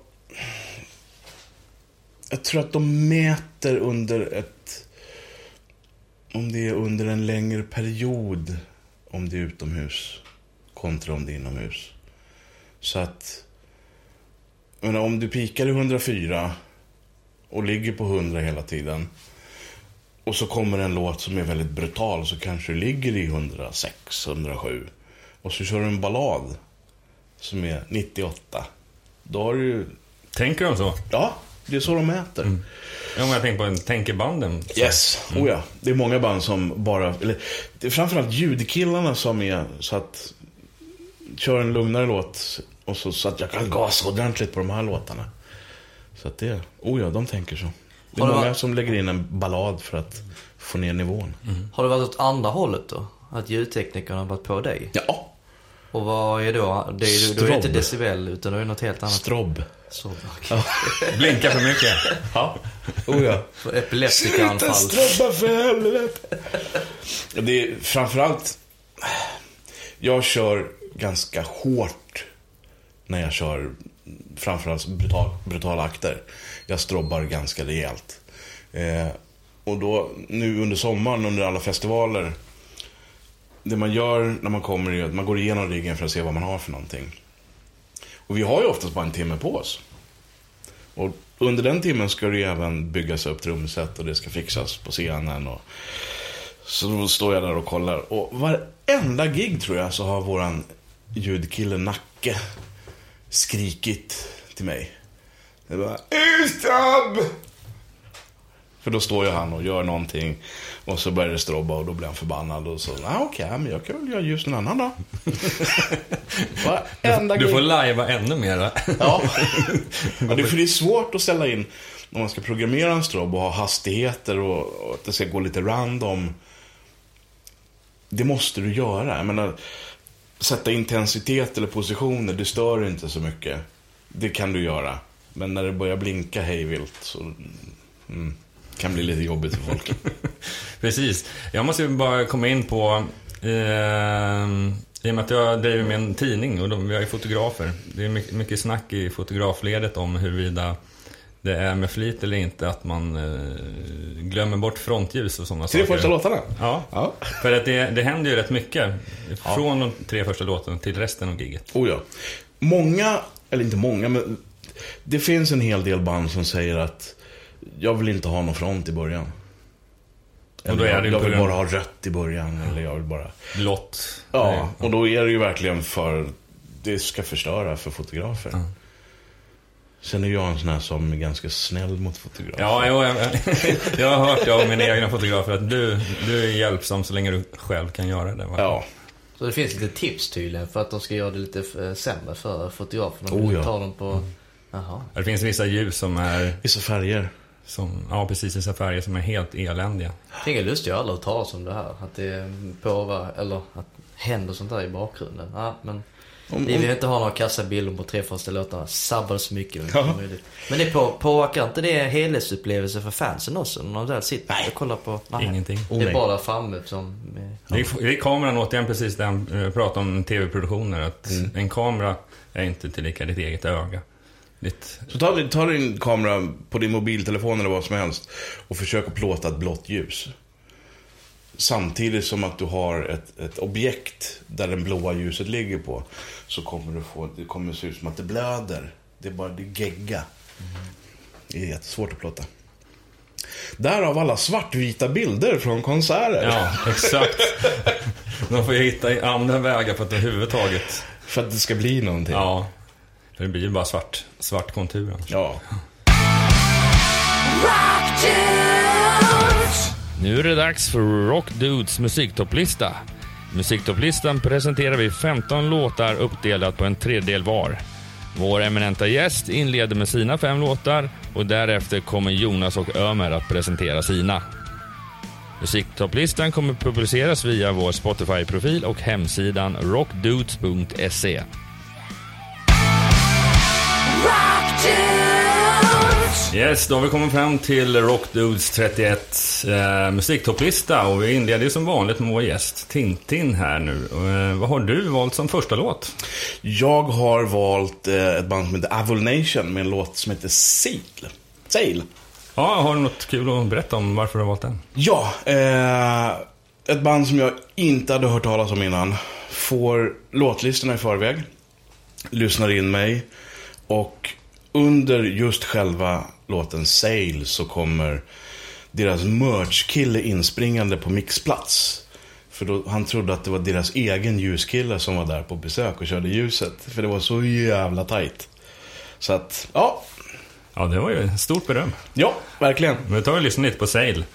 Jag tror att de mäter under ett... Om det är under en längre period. Om det är utomhus. Kontra om det är inomhus. Så att... Jag menar, om du pikar i hundrafyra och ligger på hundra hela tiden. Och så kommer en låt som är väldigt brutal, så kanske du ligger i hundrasex, hundrasju. Och så kör du en ballad som är nittioåtta. Då har du ju... Tänker de så? Ja, det är så de mäter. Mm. Ja, om jag tänker på en, tänker banden. Så. Yes, mm. oh ja. Det är många band som bara... Eller, det är framförallt ljudkillarna som är så att... Kör en lugnare låt och så, så att jag kan gasa ordentligt på de här låtarna. Så att det... Oh ja, de tänker så. Det är Har det många varit- som lägger in en ballad för att få ner nivån. Mm. Har det varit åt andra hållet då? Att ljudteknikerna har varit på dig? Ja, Och vad är då? Det är, då är det inte Strobb. decibel utan det är något helt annat. strobb. Så, okay. Blinka för mycket. Ja, oh ja. För epileptikaanfall. strobba för helvete. Det är framförallt... Jag kör ganska hårt när jag kör framförallt brutal, brutala akter. Jag strobbar ganska rejält. Eh, och då, nu under sommaren, under alla festivaler, det man gör när man kommer är att man går igenom riggen för att se vad man har för någonting. Och vi har ju oftast bara en timme på oss. Och under den timmen ska det ju även byggas upp trumset och det ska fixas på scenen. Och så då står jag där och kollar. Och varenda gig tror jag så har våran ljudkille Nacke skrikit till mig. Det bara, Ustab! För då står ju han och gör någonting. Och så börjar det strobba och då blir han förbannad. Och så, ah, okej, okay, men jag kan väl göra just en annan då. Varenda Du gig. får lajva ännu mer. Ja. Ja, det är för det är svårt att ställa in om man ska programmera en strobb och ha hastigheter och, och att det ska gå lite random. Det måste du göra. Jag menar, sätta intensitet eller positioner, det stör inte så mycket. Det kan du göra. Men när det börjar blinka hejvilt så mm, kan bli lite jobbigt för folk. Precis. Jag måste ju bara komma in på... Eh, I och med att jag driver med en tidning och de, vi har ju fotografer. Det är mycket, mycket snack i fotografledet om huruvida det är med flit eller inte att man eh, glömmer bort frontljus och sådana saker. Tre första låtarna? Ja, Ja. för att det, det händer ju rätt mycket från de tre första låtarna till resten av giget. Oh ja. Många, eller inte många, men det finns en hel del band som säger att jag vill inte ha någon front i början. Och då är Eller det jag, jag vill början- bara ha rött i början. Eller jag vill bara... Blått. Ja, och då är det ju verkligen för... Det ska förstöra för fotografer. Ja. Sen är jag en sån här som är ganska snäll mot fotografer. Ja, jag, jag, jag har hört av mina egna fotografer att du, du är hjälpsam så länge du själv kan göra det. Va? Ja. Så det finns lite tips tydligen för att de ska göra det lite f- sämre för fotograferna. De Oh, ja. tar dem på... Mm. Jaha. Det finns vissa ljus som är... Vissa färger. Som, ja, precis, vissa färger som är helt eländiga. Det är lustigt, jag har aldrig hört talas om det här. Att det påvar, eller att händer sånt där i bakgrunden. Ja, men Om, vi vill om, inte ha några kassabilder på tre första låtarna. Sabbar så mycket. Ja. Men det på, påverkar inte det helhetsupplevelse för fansen också? När de där sitter Nej. och kollar på... Nej. Ingenting. Det är bara där framme som... Det är, det är kameran återigen precis den eh, pratar om tv-produktioner. Att Mm. en kamera är inte tillika ditt eget öga. Ditt... Så ta, ta din kamera på din mobiltelefon eller vad som helst och försök att plåta ett blått ljus. Samtidigt som att du har ett, ett objekt där den blåa ljuset ligger på, så kommer du få, det kommer se ut som att det blöder. Det är bara det är gegga. Mm. Det är jättesvårt att plåta. Därav alla svartvita bilder från konserter. Ja, exakt. De får ju hitta andra vägar för att överhuvudtaget... För att det ska bli någonting. Ja, för det blir ju bara svart, svart kontur. Ja. Nu är det dags för Rock Dudes musiktopplista. Musiktopplistan presenterar vi femton låtar uppdelat på en tredjedel var. Vår eminenta gäst inleder med sina fem låtar och därefter kommer Jonas och Ömer att presentera sina. Musiktopplistan kommer publiceras via vår Spotify-profil och hemsidan rockdudes punkt se. Yes, då har vi kommit fram till Rockdudes trettioett eh, musiktopplista och vi inleder ju som vanligt med vår gäst Tintin här nu. Eh, vad har du valt som första låt? Jag har valt eh, ett band som heter Avil Nation med en låt som heter Sail. Sail. Ja, har du något kul att berätta om varför du har valt den? Ja, eh, ett band som jag inte hade hört talas om innan. Får låtlistorna i förväg, lyssnar in mig och under just själva låten Sail så kommer deras merch-kille inspringande på mixplats. För då, han trodde att det var deras egen ljuskille som var där på besök och körde ljuset. För det var så jävla tajt. Så att, ja. Ja, det var ju stort beröm. Ja, verkligen. Men vi tar och lyssnar lite på Sail.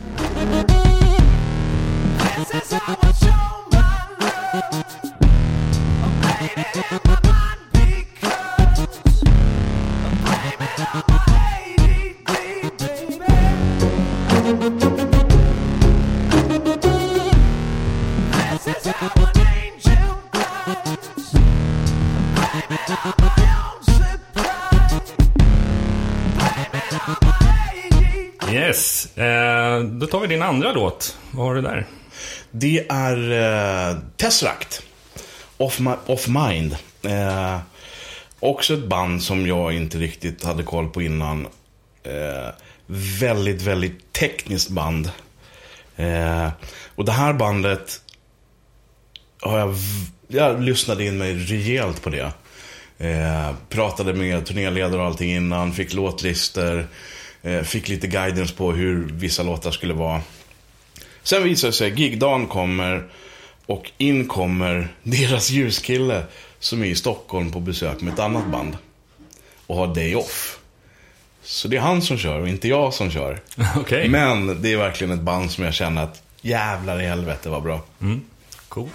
Yes, eh, då tar vi din andra låt. Vad har du där? Det är eh, Tesseract Off, my, off Mind. eh, Också ett band som jag inte riktigt hade koll på innan. eh, Väldigt, väldigt tekniskt band. eh, Och det här bandet har jag, jag lyssnade in mig rejält på det. eh, Pratade med turnéledare och allting innan. Fick låtlister. eh, Fick lite guidance på hur vissa låtar skulle vara. Sen visar det sig, gigdagen kommer och in kommer deras ljuskille som är i Stockholm på besök med ett annat band och har day off. Så det är han som kör och inte jag som kör. Okay. Men det är verkligen ett band som jag känner att jävlar i helvete var bra. Mm. Cool.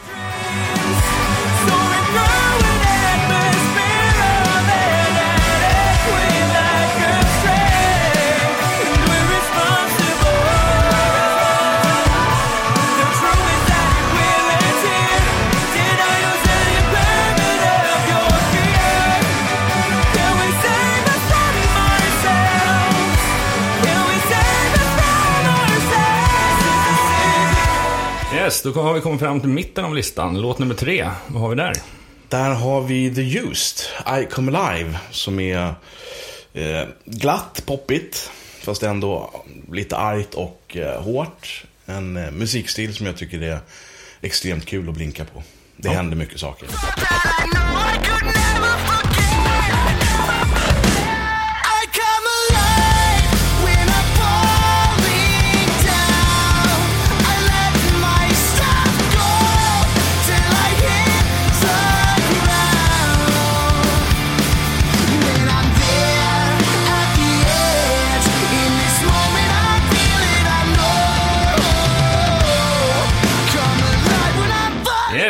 Yes, då har vi kommit fram till mitten av listan. Låt nummer tre, vad har vi där? Där har vi The Used, I Come Alive, som är eh, glatt, poppigt, fast ändå lite argt och eh, hårt. En eh, musikstil som jag tycker är extremt kul att blinka på. Det ja. händer mycket saker. When I'm there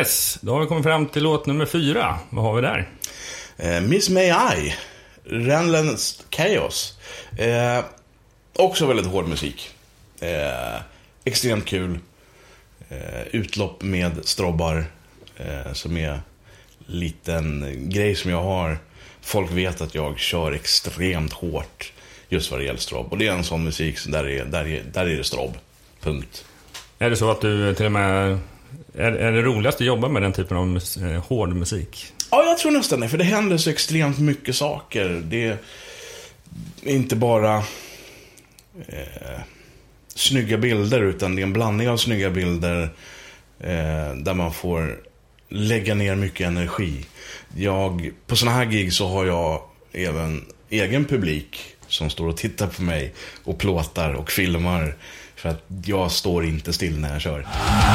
Yes, då har vi kommit fram till låt nummer fyra. Vad har vi där? Eh, Miss May I, Renlands Chaos. Eh, också väldigt hård musik. Eh, extremt kul. Eh, utlopp med strobbar. Eh, som är liten grej som jag har. Folk vet att jag kör extremt hårt just vad det gäller strobb. Och det är en sån musik som där är, där är, där är det strobb. Punkt. Är det så att du till och med... Är, är det roligast att jobba med den typen av mus- eh, hård musik? Ja, jag tror nästan det. För det händer så extremt mycket saker. Det är inte bara eh, snygga bilder, utan det är en blandning av snygga bilder eh, där man får lägga ner mycket energi. Jag, på såna här gig så har jag även egen publik som står och tittar på mig och plåtar och filmar, för att jag står inte still när jag kör.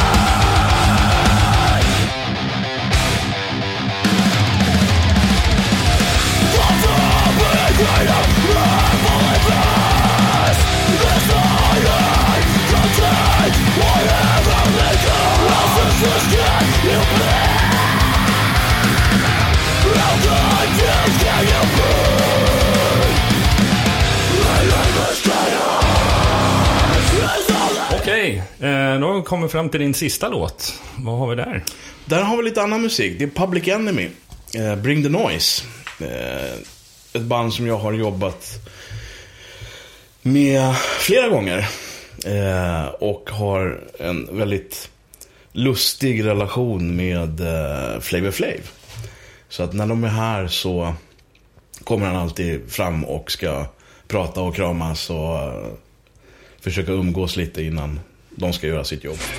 Okej, eh, då kommer vi fram till din sista låt. Vad har vi där? Där har vi lite annan musik. Det är Public Enemy, eh, Bring the Noise. eh, Ett band som jag har jobbat med flera gånger eh, och har en väldigt lustig relation med eh, Flavor Flav. Så att när de är här så kommer han alltid fram och ska prata och kramas och eh, försöka umgås lite innan de ska göra sitt jobb.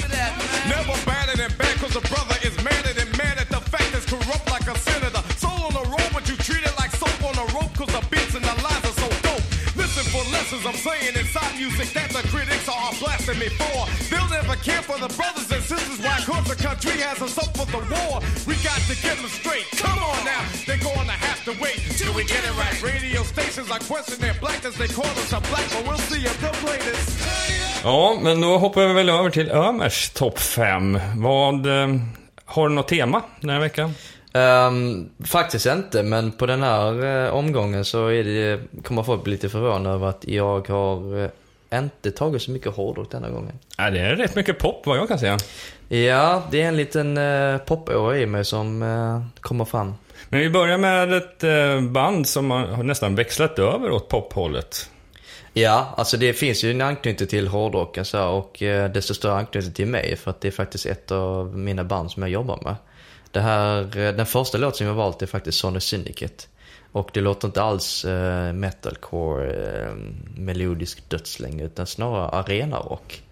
I'm saying inside music that the critics are blasting me for. They'll never care for the brothers and sisters. Why? Cause the country has us up for the war. We got to get them straight. Come on now, they're gonna have to wait till we get it right. Radio stations are questioning their blackness. They call us a black, but we'll see if they'll play this. Ja, men då hoppar vi väl över till Ömers topp fem. Vad, eh, har du något tema den här veckan? Um, faktiskt inte, men på den här uh, omgången så är det, kommer folk bli lite förvånade över att jag har uh, inte tagit så mycket hårdrock denna gången. Ja, det är rätt mycket pop vad jag kan säga. Ja, det är en liten uh, popår i mig som uh, kommer fram. Men vi börjar med ett uh, band som har nästan växlat över åt pophållet. Ja, alltså det finns ju en anknytning till hårdrocken så här, och uh, desto större anknytning till mig, för att det är faktiskt ett av mina band som jag jobbar med. Det här, den första låt som jag valt är faktiskt Sonic Syndicate. Och det låter inte alls uh, metalcore, uh, melodisk dödsläng, utan snarare arenarock.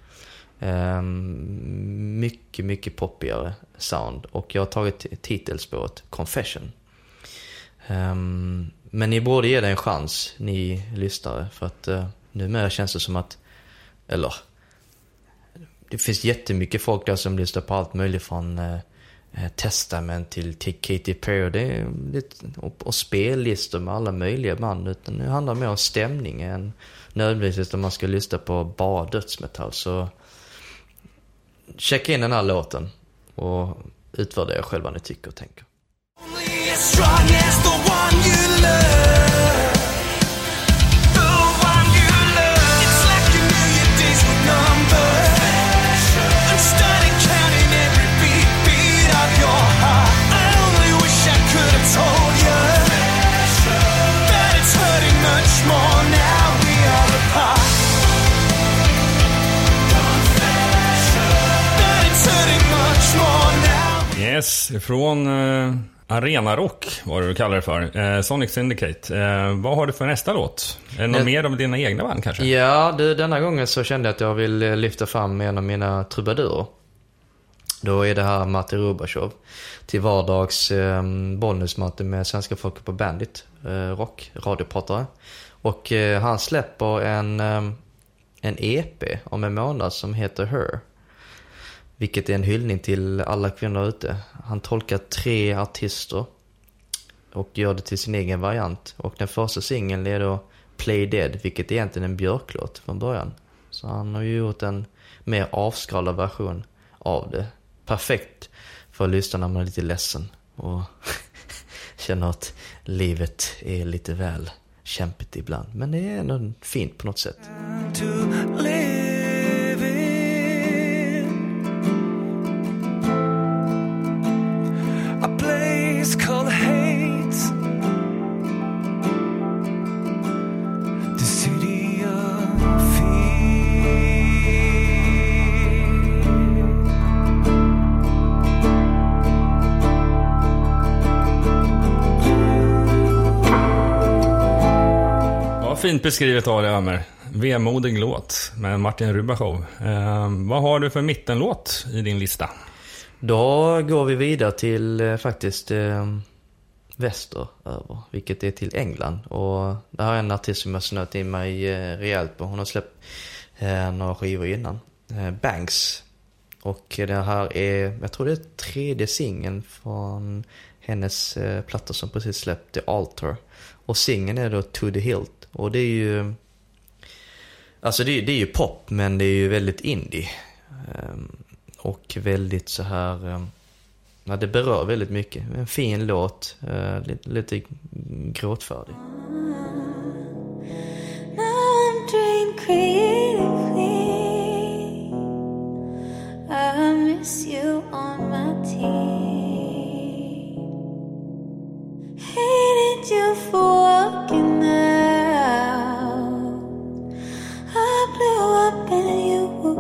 Um, mycket, mycket poppigare sound. Och jag har tagit titelspåret Confession. Um, men ni borde ge det en chans, ni lyssnare. För att uh, numera känns det som att, eller det finns jättemycket folk där som lyssnar på allt möjligt från uh, Testament till, till Katy Perry, det är, det, och, och spellistor med alla möjliga band, utan nu handlar det mer om stämning än nödvändigtvis om man ska lyssna på bara dödsmetall. Så checka in den här låten och utvärdera själv vad ni tycker och tänker. Yes, från uh, arenarock, vad du kallar det för, uh, Sonic Syndicate. Uh, vad har du för nästa låt? Är det något mer om dina egna band kanske? Ja, du, denna gången så kände jag att jag vill lyfta fram en av mina trubadurer. Då är det här Matti Rubashov, till vardags eh, bonusmatte med svenska folket på Bandit, eh, rock, radiopratare. Och eh, han släpper en, eh, en E P om en månad som heter Her. Vilket är en hyllning till alla kvinnor ute. Han tolkar tre artister och gör det till sin egen variant. Och den första singeln är då Play Dead, vilket är egentligen en Björklåt från början. Så han har ju gjort en mer avskalad version av det. Perfekt för att lyssna när man är lite ledsen och känner att livet är lite väl kämpigt ibland. Men det är ändå fint på något sätt. To live in a place called hate, the city of fear. Ja, fint beskrivet av dig, Ömer. Vemodig låt med Martin Rubachov. Eh, vad har du för mittenlåt i din lista? Då går vi vidare till eh, faktiskt eh, väster över, vilket är till England. Och det här är en artist som jag snöt in mig eh, rejält på. Hon har släppt eh, några skivor innan. Eh, Banks. Och det här är, jag tror det är tredje singeln från hennes eh, platta som precis släppt, The Altar. Och singeln är då To the Hilt. Och det är ju... Alltså det, det är ju pop, men det är ju väldigt indie. Um, och väldigt så här... Um, ja, det berör väldigt mycket. En fin låt. Uh, lite, lite gråtfärdig. I miss you on my team. Hated you for walking out. I blew up and you were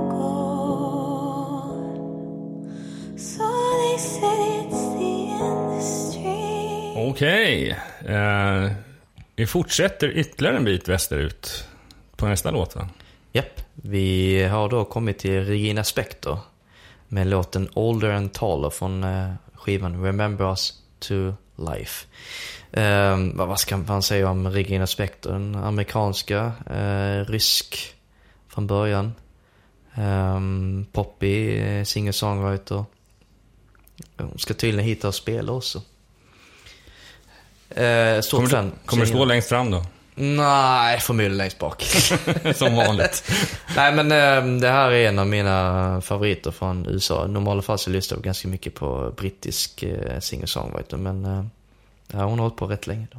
gone. So they said it's the industry. Okej. Eh, vi fortsätter ytterligare en bit västerut på nästa låt, va? Japp. Vi har då kommit till Regina Spektor med låten Older and Taller från uh, skivan Remember Us to Life. Um, vad ska man säga om Regina Spektor? Den amerikanska, uh, rysk från början. Um, poppy, uh, singer-songwriter. Hon ska tydligen hitta och spela också. Uh, stort kommer du, fan. kommer du stå längst fram då? Nej, förmodligen längst bak. Som vanligt. Nej, men äh, det här är en av mina favoriter från U S A. Normalt fall så lyssnar jag ganska mycket på brittisk äh, singer-songwriter. Men äh, ja, hon har hållit på rätt länge då.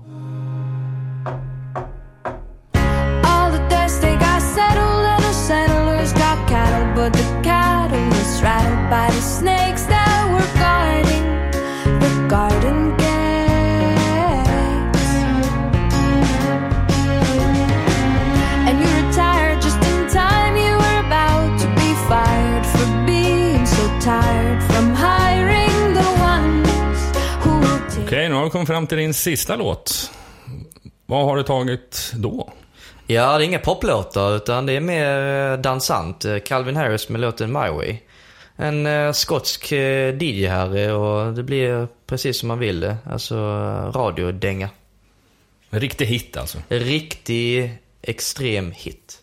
All the dust they got settled and the settlers got cattle, but the cattle was rattled by the snakes that were guarding the garden gate. Okej, okay, nu har vi kommit fram till din sista låt. Vad har du tagit då? Ja, det är inga poplåtar utan det är mer dansant. Calvin Harris med låten My Way. En uh, skotsk uh, D J här och det blir precis som man vill. Alltså radiodänga. Riktig hit alltså. Riktig extrem hit.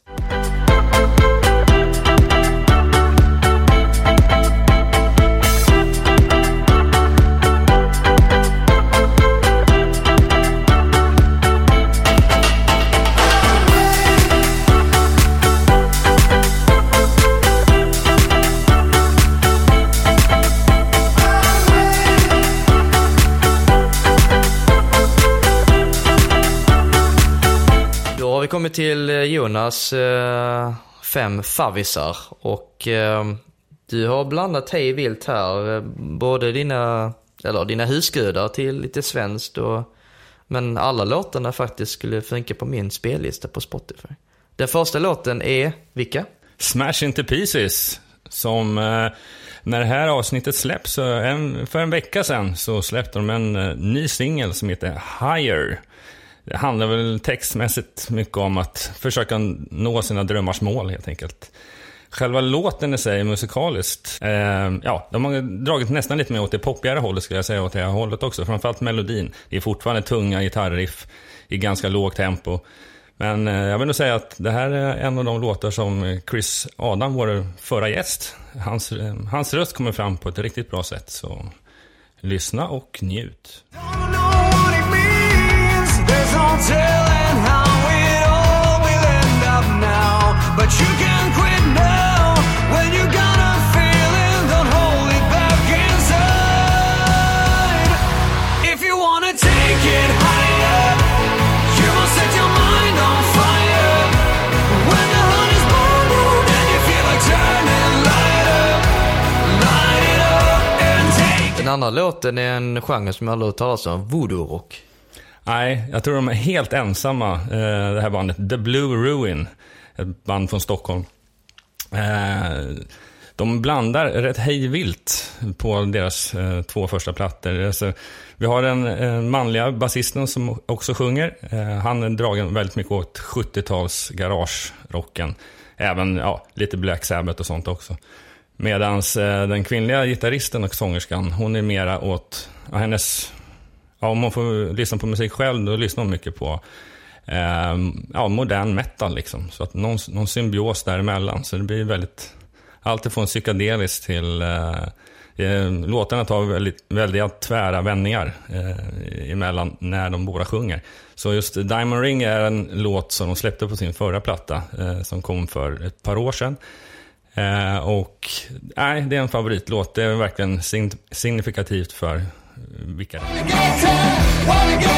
Vi kommer till Jonas eh, fem favvisar och eh, du har blandat hej vilt här, både dina eller dina husgudar till lite svenskt och, men alla låtarna faktiskt skulle funka på min spellista på Spotify. Den första låten är vilka? Smash Into Pieces, som eh, när det här avsnittet släpps en, för en vecka sedan så släppte de en eh, ny singel som heter Higher. Det handlar väl textmässigt mycket om att försöka nå sina drömmars mål helt enkelt. Själva låten i sig musikaliskt, eh, ja, de har dragit nästan lite mer åt det poppigare hållet skulle jag säga, åt det här hållet också. Framförallt melodin. Det är fortfarande tunga gitarriff i ganska lågt tempo. Men eh, jag vill nog säga att det här är en av de låtar som Chris Adam, vår förra gäst, hans, eh, hans röst kommer fram på ett riktigt bra sätt. Så lyssna och njut. There's no telling how it all will end up now, but you can quit now when you got a feeling, don't hold it back inside. Den andra låten är en genre som jag aldrig har talat om, voodoo-rock. Nej, jag tror de är helt ensamma, eh, det här bandet. The Blue Ruin, ett band från Stockholm. Eh, de blandar rätt hejvilt på deras eh, två första plattor. Alltså, vi har en eh, manliga basisten som också sjunger. Eh, han är dragen väldigt mycket åt sjuttio-tals garage-rocken. Även ja, lite Black Sabbath och sånt också. Medans eh, den kvinnliga gitarristen och sångerskan, hon är mera åt ja, hennes... Ja, om man får lyssna på musik själv, då lyssnar man mycket på eh, ja, modern metal liksom. Så att någon, någon symbios däremellan. Så det blir väldigt... Alltid från psykedeliskt till... Eh, eh, låtarna tar väldigt, väldigt tvära vändningar eh, emellan när de båda sjunger. Så just Diamond Ring är en låt som de släppte på sin förra platta eh, som kom för ett par år sedan. Eh, och nej, det är en favoritlåt. Det är verkligen sign- signifikativt för vilka det är.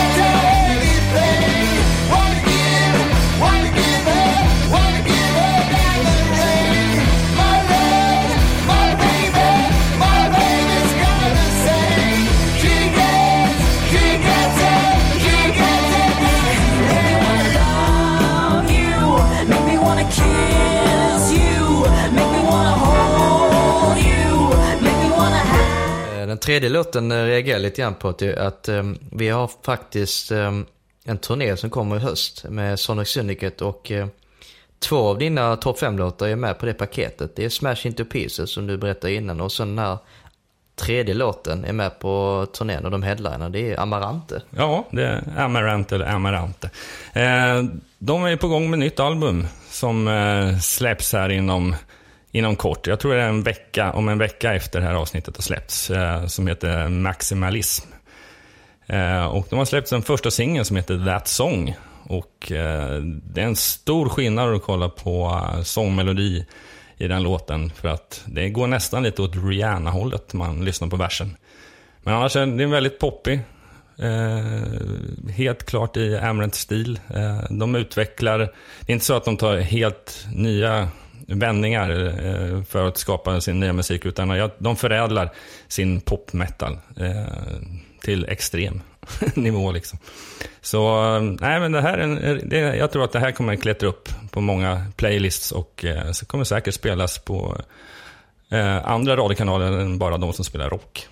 Den tredje låten reagerar lite grann på att, att um, vi har faktiskt um, en turné som kommer i höst med Sonic Syndicate och uh, två av dina topp fem-låtar är med på det paketet. Det är Smash Into Pieces som du berättade innan och så den här tredje låten är med på turnén och de headliner, det är Amarante. Ja, det är Amarante eller Amarante. Eh, de är på gång med nytt album som eh, släpps här inom... Inom kort, jag tror det är en vecka, om en vecka efter det här avsnittet har släppts, eh, som heter Maximalism. Eh, och de har släppt den första singeln som heter That Song. Och eh, det är en stor skillnad att kolla på uh, sångmelodi i den låten. För att det går nästan lite åt Rihanna-hållet man lyssnar på versen. Men annars är det en väldigt poppig. Eh, helt klart i Amarant-stil. Eh, de utvecklar, det är inte så att de tar helt nya... vändningar eh, för att skapa sin nya musik utan ja, de förädlar sin popmetal eh, till extrem nivå liksom. Så nej men det här är, det, jag tror att det här kommer att klättra upp på många playlists och eh, så kommer säkert spelas på eh, andra radiokanaler än bara de som spelar rock.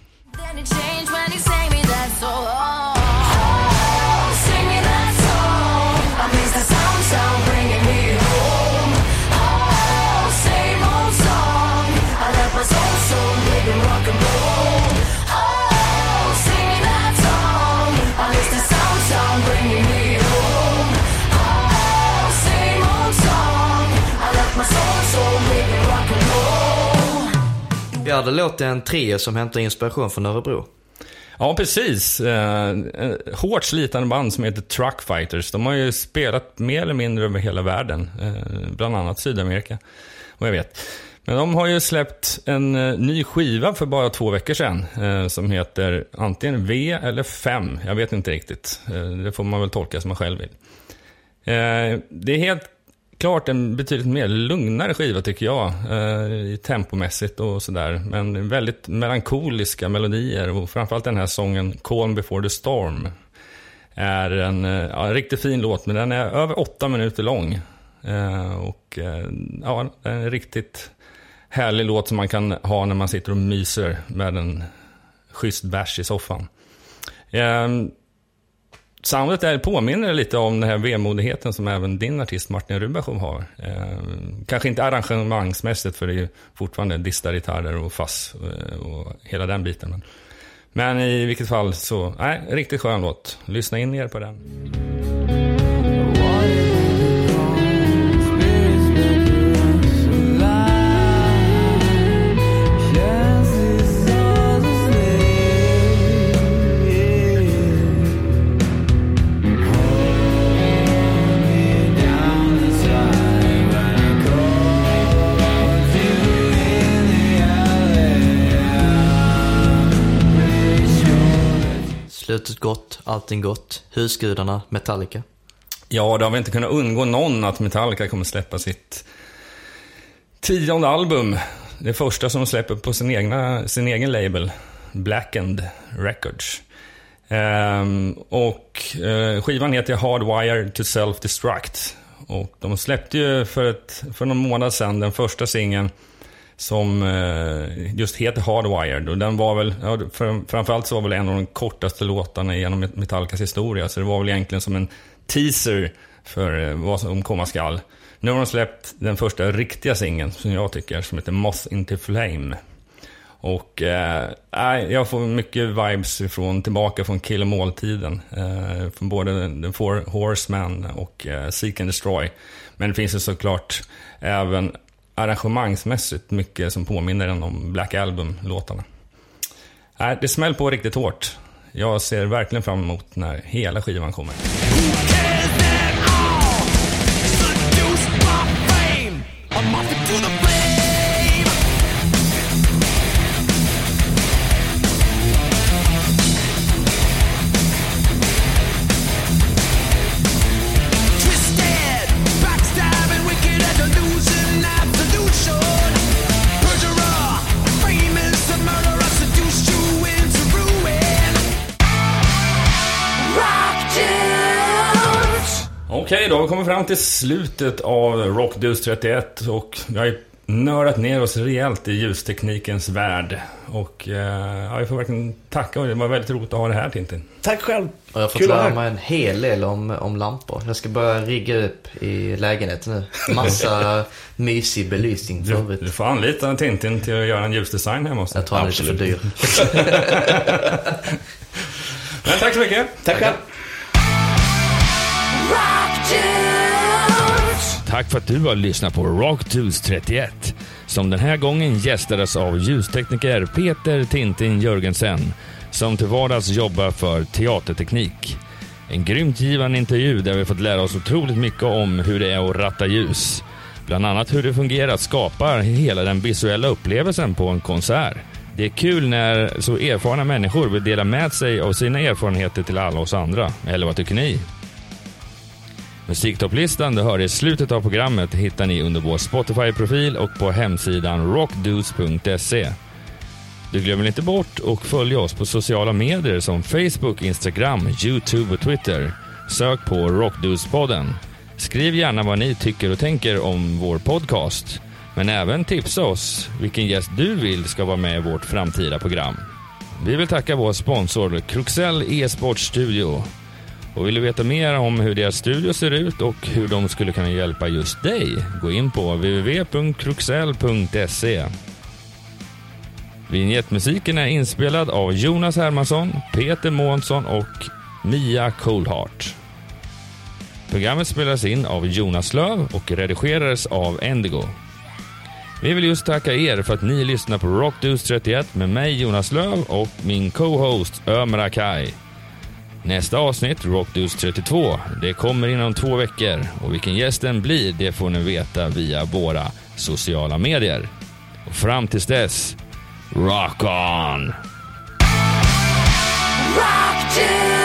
Vi hade låtit en trio som hämtar inspiration från Örebro. Ja, precis. Eh, hårt slitande band som heter Truck Fighters. De har ju spelat mer eller mindre över hela världen. Eh, bland annat Sydamerika. Och jag vet. Men de har ju släppt en eh, ny skiva för bara två veckor sedan. Eh, som heter antingen V eller fem. Jag vet inte riktigt. Eh, det får man väl tolka som man själv vill. Eh, det är helt klart en betydligt mer lugnare skiva tycker jag. Eh, tempomässigt och sådär. Men väldigt melankoliska melodier. Och framförallt den här sången Calm Before the Storm. Är en, ja, en riktigt fin låt. Men den är över åtta minuter lång. Eh, och eh, ja, en riktigt härlig låt som man kan ha när man sitter och myser med en schysst bärs i soffan. Eh, soundet är påminner lite om den här vemodigheten som även din artist Martin Rubashov har. Eh, kanske inte arrangemangsmässigt för det är ju fortfarande distar gitarrer och fass och, och hela den biten. Men, men i vilket fall så, nej, riktigt skön låt. Lyssna in er på den. Slutet gott, allting gott. Husgudarna, Metallica. Ja, det har väl inte kunnat undgå någon att Metallica kommer släppa sitt tionde album. Det första som de släpper på sin, egna, sin egen label. Blackened Records. Um, och uh, skivan heter Hardwired to Self-Destruct. Och de släppte ju för, ett, för någon månad sedan den första singeln som uh, just heter Hardwired. Och den var väl, ja, för, framförallt så var väl en av de kortaste låtarna genom Metallicas historia. Så det var väl egentligen som en teaser för uh, vad som komma skall. Nu har de släppt den första riktiga singeln som jag tycker, som heter Moth into Flame. Och eh, jag får mycket vibes ifrån, tillbaka från Kill 'Em All-tiden. Eh, från både The Four Horsemen och eh, Seek and Destroy. Men det finns ju såklart även arrangemangsmässigt mycket som påminner en om Black Album-låtarna. Eh, det smäller på riktigt hårt. Jag ser verkligen fram emot när hela skivan kommer. Okej, då har vi kommit fram till slutet av Rockdudes trettioett och vi har ju nördat ner oss rejält i ljusteknikens värld. Och eh, ja, jag får verkligen tacka, och det var väldigt roligt att ha det här, Tintin. Tack själv. Och jag har fått Kul lära mig en hel del om, om lampor. Jag ska börja rigga upp i lägenheten nu. Massa mysig belysning för Du, övrigt. du får anlita Tintin till att göra en ljusdesign hemma hos dig. Jag tror han är lite för dyr. Men tack så mycket. Tack själv. Tack för att du har lyssnat på Rockdudes trettioett, som den här gången gästades av ljustekniker Peter Tintin Jörgensen, som till vardags jobbar för teaterteknik. En grymt givande intervju där vi fått lära oss otroligt mycket om hur det är att ratta ljus. Bland annat hur det fungerar att skapa hela den visuella upplevelsen på en konsert. Det är kul när så erfarna människor vill dela med sig av sina erfarenheter till alla oss andra. Eller vad tycker ni? Musiktopplistan du hör i slutet av programmet hittar ni under vår Spotify-profil och på hemsidan rockdudes punkt se. Du glömmer inte bort och följ oss på sociala medier som Facebook, Instagram, YouTube och Twitter. Sök på Rockdudes-podden. Skriv gärna vad ni tycker och tänker om vår podcast. Men även tipsa oss vilken gäst du vill ska vara med i vårt framtida program. Vi vill tacka vår sponsor Cruxell e-sport studio. Och vill du veta mer om hur deras studio ser ut och hur de skulle kunna hjälpa just dig, gå in på w w w punkt cruxell punkt se. Vignettmusiken är inspelad av Jonas Hermansson, Peter Månsson och Mia Coldheart. Programmet spelas in av Jonas Löv och redigerades av Endigo. Vi vill just tacka er för att ni lyssnar på Rockdudes trettioett med mig Jonas Löv och min co-host Ömer Akai. Nästa avsnitt, Rockdudes trettiotvå, det kommer inom två veckor och vilken gästen blir det får ni veta via våra sociala medier. Och fram tills dess, rock on! Rock to